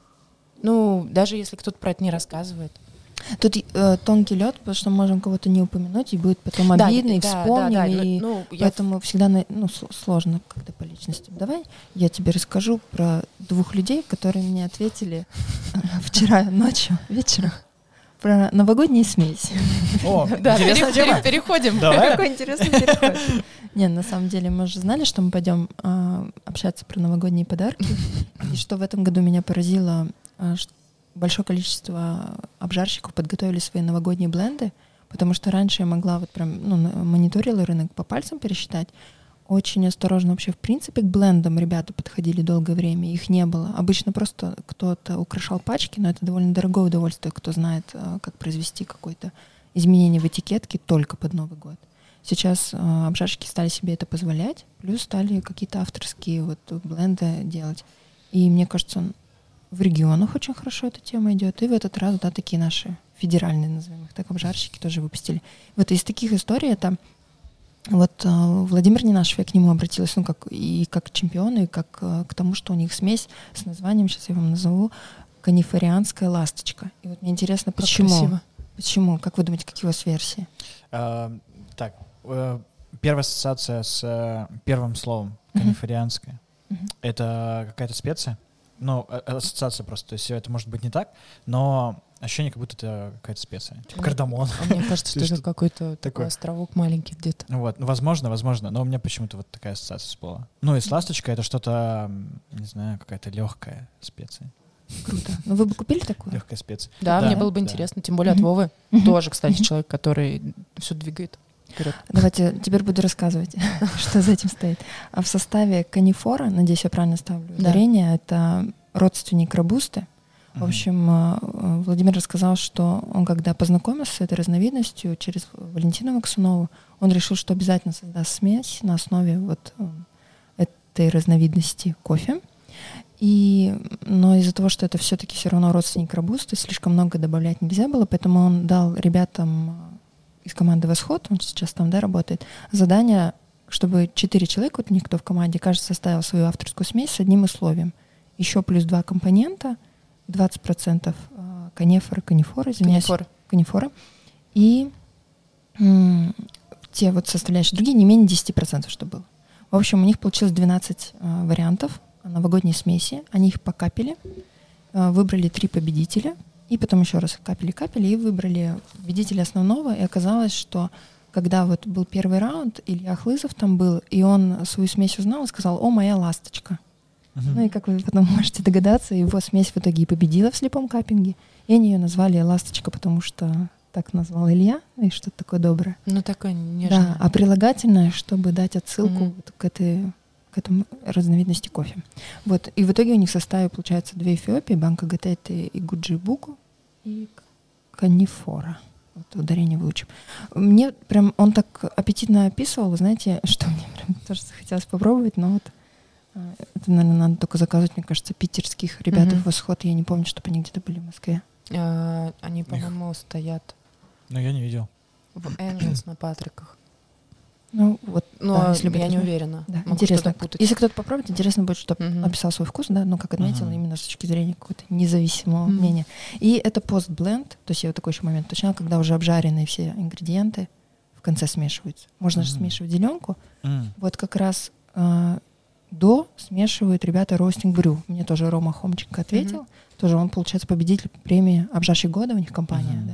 Ну, даже если кто-то про это не рассказывает. Тут тонкий лед, потому что можем кого-то не упомянуть, и будет потом обидно, и вспомним, поэтому всегда сложно как-то по личности. Давай я тебе расскажу про двух людей, которые мне ответили вчера ночью, вечером, про новогодние смеси. О, да, переходим. Какой интересный переход. Не, на самом деле мы же знали, что мы пойдем общаться про новогодние подарки, и что в этом году меня поразило, что большое количество обжарщиков подготовили свои новогодние бленды, потому что раньше я могла вот прям, мониторила рынок по пальцам пересчитать. Очень осторожно вообще в принципе к блендам ребята подходили долгое время, их не было. Обычно просто кто-то украшал пачки, но это довольно дорогое удовольствие, кто знает, как произвести какое-то изменение в этикетке только под Новый год. Сейчас обжарщики стали себе это позволять, плюс стали какие-то авторские вот бленды делать. И мне кажется, в регионах очень хорошо эта тема идет. И в этот раз, такие наши федеральные, назовем их так, обжарщики тоже выпустили. Вот из таких историй это вот Владимир Ненашев, я к нему обратилась, как чемпиону, и как к тому, что у них смесь с названием, сейчас я вам назову, канифорианская ласточка. И вот мне интересно, почему? Красиво. Почему? Как вы думаете, какие у вас версии? Так, первая ассоциация с первым словом канифорианская. Это какая-то специя? Ну, ассоциация просто, то есть это может быть не так, но ощущение, как будто это какая-то специя, типа кардамон. Мне кажется, что это какой-то такой островок маленький где-то. Вот, возможно, но у меня почему-то вот такая ассоциация всплыла. Ну, и с ласточкой это что-то, не знаю, какая-то легкая специя. Круто. Ну, вы бы купили такую? Легкая специя. Да, мне было бы интересно, тем более от Вовы. Тоже, кстати, человек, который все двигает вперед. Давайте теперь буду рассказывать, что за этим стоит. В составе канифора, надеюсь, я правильно ставлю ударение, это родственник робусты. В общем, Владимир рассказал, что он, когда познакомился с этой разновидностью через Валентину Максунову, он решил, что обязательно создаст смесь на основе вот этой разновидности кофе. Но из-за того, что это все-таки все равно родственник робусты, слишком много добавлять нельзя было, поэтому он дал ребятам из команды «Восход», он сейчас там, работает, задание, чтобы 4 человека, вот у них кто в команде, каждый составил свою авторскую смесь с одним условием. Еще плюс 2 компонента, 20% канифора, и те вот составляющие другие не менее 10%, что было. В общем, у них получилось 12 вариантов новогодней смеси, они их покапили, выбрали 3 победителя, и потом еще раз капели, и выбрали победителя основного, и оказалось, что когда вот был первый раунд, Илья Хлызов там был, и он свою смесь узнал и сказал: «О, моя ласточка». Ну и как вы потом можете догадаться, его смесь в итоге и победила в слепом каппинге, и они ее назвали «Ласточка», потому что так назвал Илья, и что-то такое доброе. Ну, такое нежное. Да, а прилагательное, чтобы дать отсылку вот к этому разновидности кофе. Вот, и в итоге у них в составе получается 2 Эфиопии, Банка Гатеты и Гуджибуку, и канифора. Вот ударение выучим. Мне прям он так аппетитно описывал, вы знаете, что мне прям тоже захотелось попробовать, но вот это, наверное, надо только заказывать, мне кажется, питерских ребят в «Восход». Я не помню, чтобы они где-то были в Москве. Они, по-моему, стоят. Но я не видел. В Энджелс на Патриках. Ну, вот, Но да, если я быть не возможно. уверена. Да, Могу интересно. что-то путать. Если кто-то попробует, интересно будет, чтобы Мгм. описал свой вкус, да, ну, как отметил, Мгм. именно с точки зрения какого-то независимого Мгм. мнения. И это постбленд, то есть я вот такой еще момент уточняла, когда уже обжаренные все ингредиенты в конце смешиваются. Можно же Мгм. смешивать зеленку. М. Вот как раз до смешивают ребята Roasting Brew. Мне тоже Рома Хомченко ответил. Мгм. Тоже он, получается, победитель премии «Обжарщик года», у них компания, Мгм. да.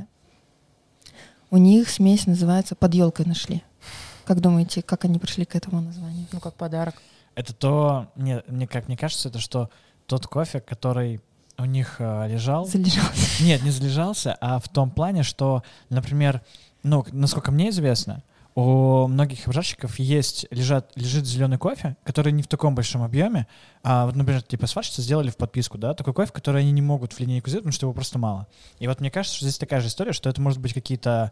У них смесь называется «Под елкой нашли». Как думаете, как они пришли к этому названию? Ну, как подарок. Это то, как мне кажется, это что тот кофе, который у них лежал. Залежался. Нет, не залежался, а в том плане, что, например, ну, насколько мне известно, у многих обжарщиков лежит зеленый кофе, который не в таком большом объеме. А вот, например, типа сварщицы сделали в подписку, да, такой кофе, который они не могут в линейку сделать, потому что его просто мало. И вот мне кажется, что здесь такая же история, что это может быть какие-то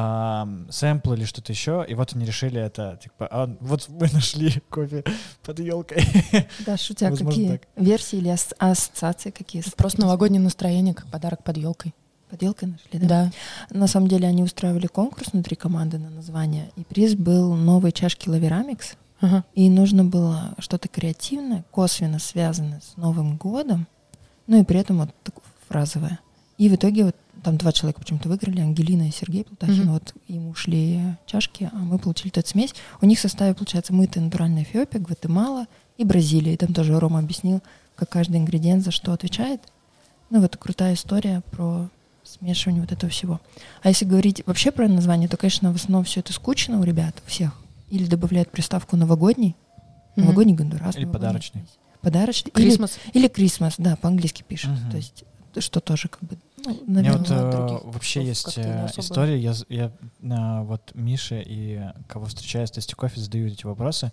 сэмплы или что-то еще, и вот они решили это, типа, вот мы нашли кофе под елкой. Даш, у тебя Возможно, какие так. версии или ассоциации какие? Просто новогоднее настроение, как подарок под елкой. Под елкой нашли, да? Да. На самом деле они устраивали конкурс внутри команды на название, и приз был новые чашки Лаверамикс. Ага. И нужно было что-то креативное, косвенно связанное с Новым годом, ну и при этом вот такое фразовое. И в итоге вот там 2 человека почему-то выиграли, Ангелина и Сергей Плутахин. Мгм. Вот им ушли чашки, а мы получили эту смесь. У них в составе, получается, мытая натуральная Эфиопия, Гватемала и Бразилия. И там тоже Рома объяснил, как каждый ингредиент за что отвечает. Ну вот крутая история про смешивание вот этого всего. А если говорить вообще про название, то, конечно, в основном все это скучно у ребят, у всех. Или добавляют приставку новогодний, Мгм. новогодний Гондурас. Или новогодний подарочный. смесь. Подарочный. Крисмас. Или Крисмас, да, по-английски пишут. Мгм. То есть, что тоже как бы, ну, У меня наверное, вот от других вообще слов есть как-то не особо. история. Я вот Мише и кого встречаю с Тести Кофе задаю эти вопросы.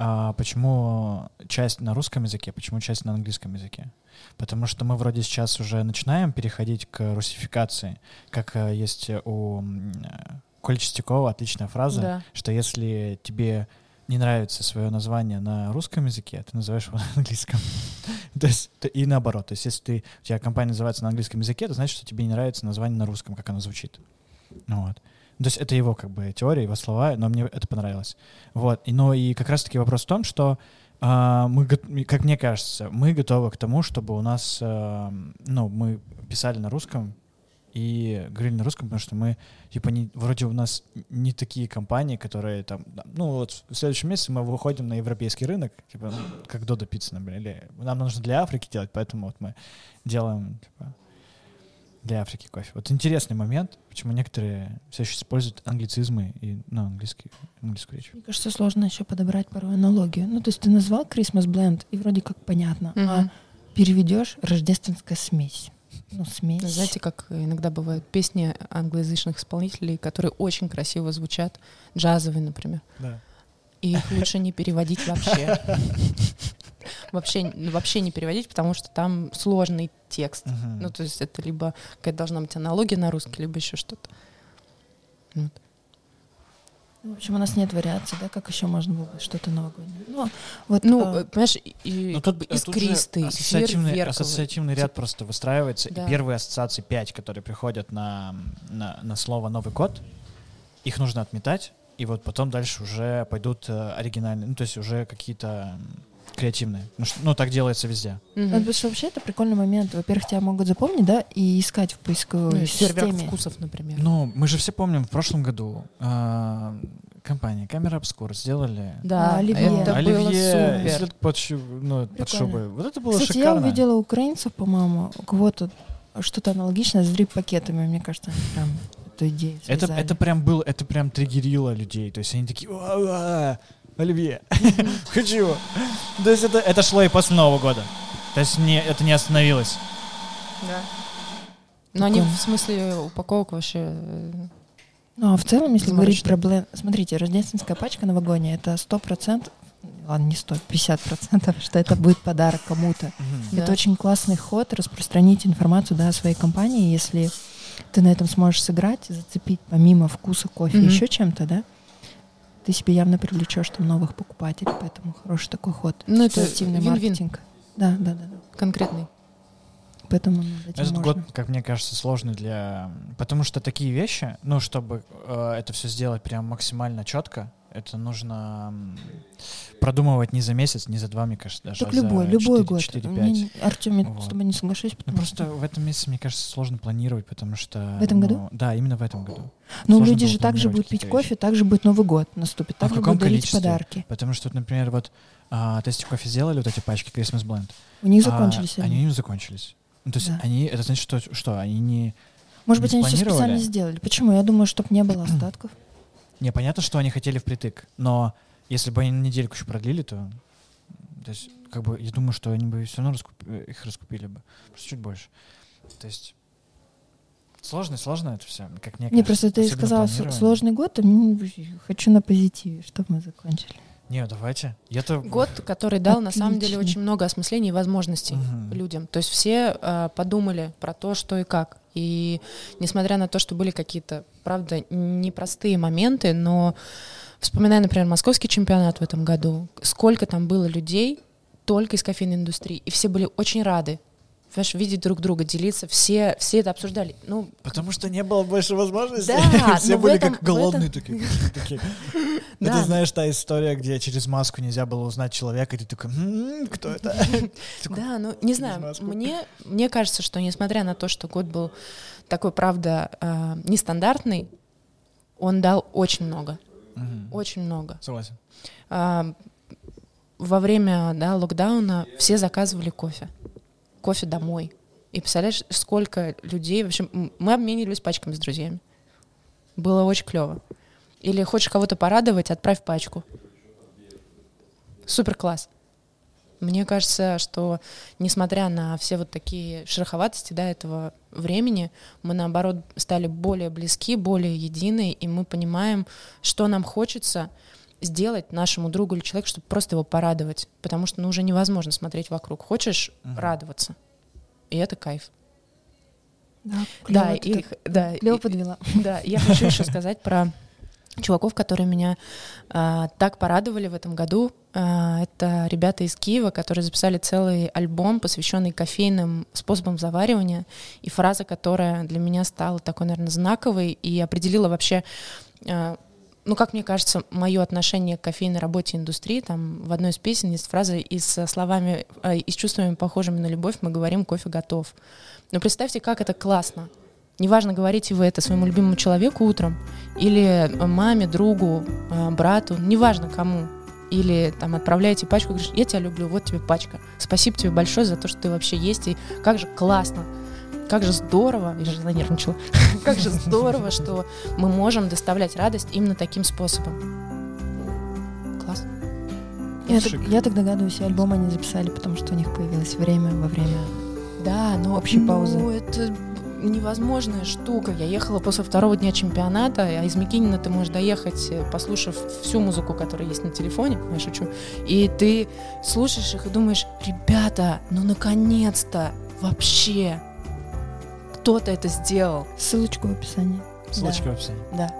Почему часть на русском языке, почему часть на английском языке? Потому что мы вроде сейчас уже начинаем переходить к русификации, как есть у Коли Чистякова отличная фраза, Да. что если тебе не нравится свое название на русском языке, ты называешь его на английском. То есть и наоборот. То есть если у тебя компания называется на английском языке, это значит, что тебе не нравится название на русском, как оно звучит. Вот. То есть это его как бы теория, его слова, но мне это понравилось. Вот. И как раз-таки вопрос в том, что как мне кажется, мы готовы к тому, чтобы у нас, мы писали на русском и говорили на русском, потому что мы, типа, вроде у нас не такие компании, которые там, вот в следующем месяце мы выходим на европейский рынок, типа, как Додо Пицца, например, или нам нужно для Африки делать, поэтому вот мы делаем, типа, для Африки кофе. Вот интересный момент, почему некоторые все еще используют англицизмы и, английскую речь. мне кажется, сложно еще подобрать порой аналогию. Ну, то есть ты назвал Christmas Blend, и вроде как понятно, а Мгм. переведешь рождественская смесь. Ну, смесь. Знаете, как иногда бывают песни англоязычных исполнителей, которые очень красиво звучат, джазовые, например. Да. И их лучше не переводить вообще. Вообще не переводить, потому что там сложный текст. Мгм. Ну, то есть это либо какая-то должна быть аналогия на русский, либо еще что-то. Вот. В общем, у нас нет вариаций, да, как еще можно было бы что-то новогоднее. Ну, вот, Понимаешь, и Ну, как бы тут же искристый, ассоциативный фейерверковый. ряд просто выстраивается. Да. И первые ассоциации 5, которые приходят на слово «Новый год», их нужно отметать, и вот потом дальше уже пойдут оригинальные, ну, то есть уже какие-то креативные. Так делается везде. Мгм. потому что вообще это прикольный момент. Во-первых, тебя могут запомнить, да, и искать в поисковой Ну, фейерверк системе. вкусов, например. Ну, мы же все помним, в прошлом году компания Камера Обскур сделали Да, Оливье. это Оливье, было супер. «След под Прикольно. шубой». Вот это было Кстати, шикарно. я увидела украинцев, по-моему, у кого-то что-то аналогичное с дрип-пакетами. Мне кажется, они прям эту идею связали. Это прям триггерило людей. То есть они такие: «Уа-уа, Оливье, хочу». То есть это шло и после Нового года. То есть это не остановилось. Да. Но они Прикольно. в смысле упаковок вообще... Ну, а в целом, если говорить Заморочено. про бленд... Смотрите, рождественская пачка новогодняя — это 100%, ладно, не 100, 50%, что это будет подарок кому-то. Да. Это очень классный ход распространить информацию, да, о своей компании, если ты на этом сможешь сыграть, зацепить помимо вкуса кофе Мгм. еще чем-то, да, ты себе явно привлечешь там новых покупателей, поэтому хороший такой ход. Ну, это Ситуативный вин-вин. маркетинг. Да. Конкретный. Поэтому над этим Этот можно. год, как мне кажется, сложный потому что такие вещи, чтобы это все сделать прям максимально четко, Это нужно продумывать не за месяц, не за 2, мне кажется, даже, Так любой год. 4-5. Артем, я с тобой не соглашусь, потому Просто в этом месяце, мне кажется, сложно планировать, потому что... В этом году? Да, именно в этом году. Ну, Сложно люди было же также планировать будут пить какие-то кофе, также будет Новый год наступит, в также каком будут дарить количестве? подарки. Потому что, например, вот тесте кофе сделали, вот эти пачки Christmas Blend. У них закончились Они не закончились. Ну, то есть Да. это значит, что они не... Может быть, не они все спланировали? специально сделали. Почему? Я думаю, чтобы не было остатков. Не, понятно, что они хотели впритык, но если бы они на недельку еще продлили, то есть, как бы, я думаю, что они бы все равно их раскупили бы. Просто чуть больше. То есть сложно это все, как мне кажется. Не, просто ты особенно сказала планирование. сложный год, а мне хочу на позитиве, чтобы мы закончили. Не, давайте. Год, который дал, на самом деле, Отлично. очень много осмыслений и возможностей Мгм. людям. То есть все подумали про то, что и как. И несмотря на то, что были какие-то, правда, непростые моменты, но вспоминая, например, московский чемпионат в этом году, сколько там было людей только из кофейной индустрии, и все были очень рады, понимаешь, видеть друг друга, делиться, все это обсуждали. Ну, Потому что не было больше возможностей. Да, Все но в были этом- как в голодные этом- такие. Да. Это, знаешь, та история, где через маску нельзя было узнать человека, и ты такой, кто это? Да, ну не знаю, маску. мне кажется, что несмотря на то, что год был такой, правда, нестандартный, он дал очень много, Мгм. очень много. Согласен. Во время локдауна все заказывали кофе домой. И представляешь, сколько людей, в общем, мы обменивались пачками с друзьями. Было очень клево. Или хочешь кого-то порадовать, отправь пачку. Супер класс. Мне кажется, что несмотря на все вот такие шероховатости этого времени, мы, наоборот, стали более близки, более едины, и мы понимаем, что нам хочется сделать нашему другу или человеку, чтобы просто его порадовать. Потому что уже невозможно смотреть вокруг. Хочешь радоваться. И это кайф. Да, Да, клево подвела. Да, я хочу еще сказать про чуваков, которые меня так порадовали в этом году. Это ребята из Киева, которые записали целый альбом, посвященный кофейным способам заваривания. И фраза, которая для меня стала такой, наверное, знаковой и определила вообще, как мне кажется, мое отношение к кофейной работе индустрии. Там в одной из песен есть фраза и со словами, и с чувствами, похожими на любовь, мы говорим «кофе готов». Но представьте, как это классно. Неважно, говорите вы это своему любимому человеку утром, или маме, другу, брату, неважно кому. Или там отправляете пачку, говоришь, я тебя люблю, вот тебе пачка. Спасибо тебе большое за то, что ты вообще есть, и как же классно, как же здорово, я же занервничала, как же здорово, что мы можем доставлять радость именно таким способом. Класс. Я так догадываюсь, и альбом они записали, потому что у них появилось время во время Да, но общей паузы. Это невозможная штука. Я ехала после 2-го дня чемпионата, а из Микинина ты можешь доехать, послушав всю музыку, которая есть на телефоне, я шучу, и ты слушаешь их и думаешь, ребята, ну наконец-то, вообще, кто-то это сделал. Ссылочку в описании. Ссылочка в описании. Да.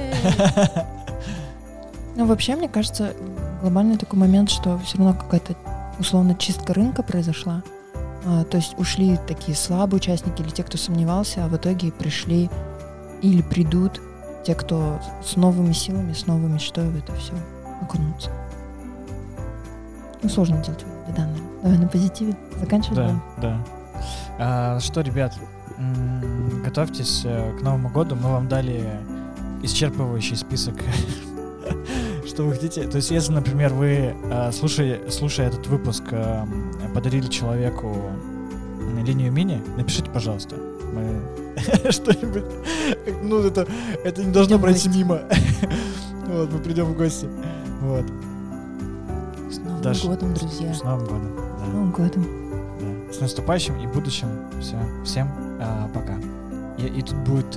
Ну, вообще, мне кажется, глобальный такой момент, что все равно какая-то условно чистка рынка произошла. То есть ушли такие слабые участники или те, кто сомневался, а в итоге пришли или придут те, кто с новыми силами, с новой мечтой в это все окунутся. Ну, сложно делать выводы, да, наверное. Давай на позитиве. Заканчиваем. Да. Что, ребят, готовьтесь к Новому году. Мы вам дали исчерпывающий список, что вы хотите. То есть, если, например, вы, слушая этот выпуск, подарили человеку линию мини, напишите, пожалуйста. Мы что-нибудь... Ну, это не должно пройти мимо. Вот, мы придем в гости. Вот. С Новым Даша, годом, друзья. С Новым годом. Да. С Новым годом. Да. С наступающим и будущим. Все. Всем пока. И тут будет,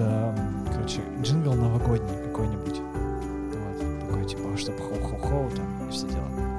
джингл новогодний какой-нибудь. Вот. Такой, типа, чтобы хоу-хоу-хоу там и все дела.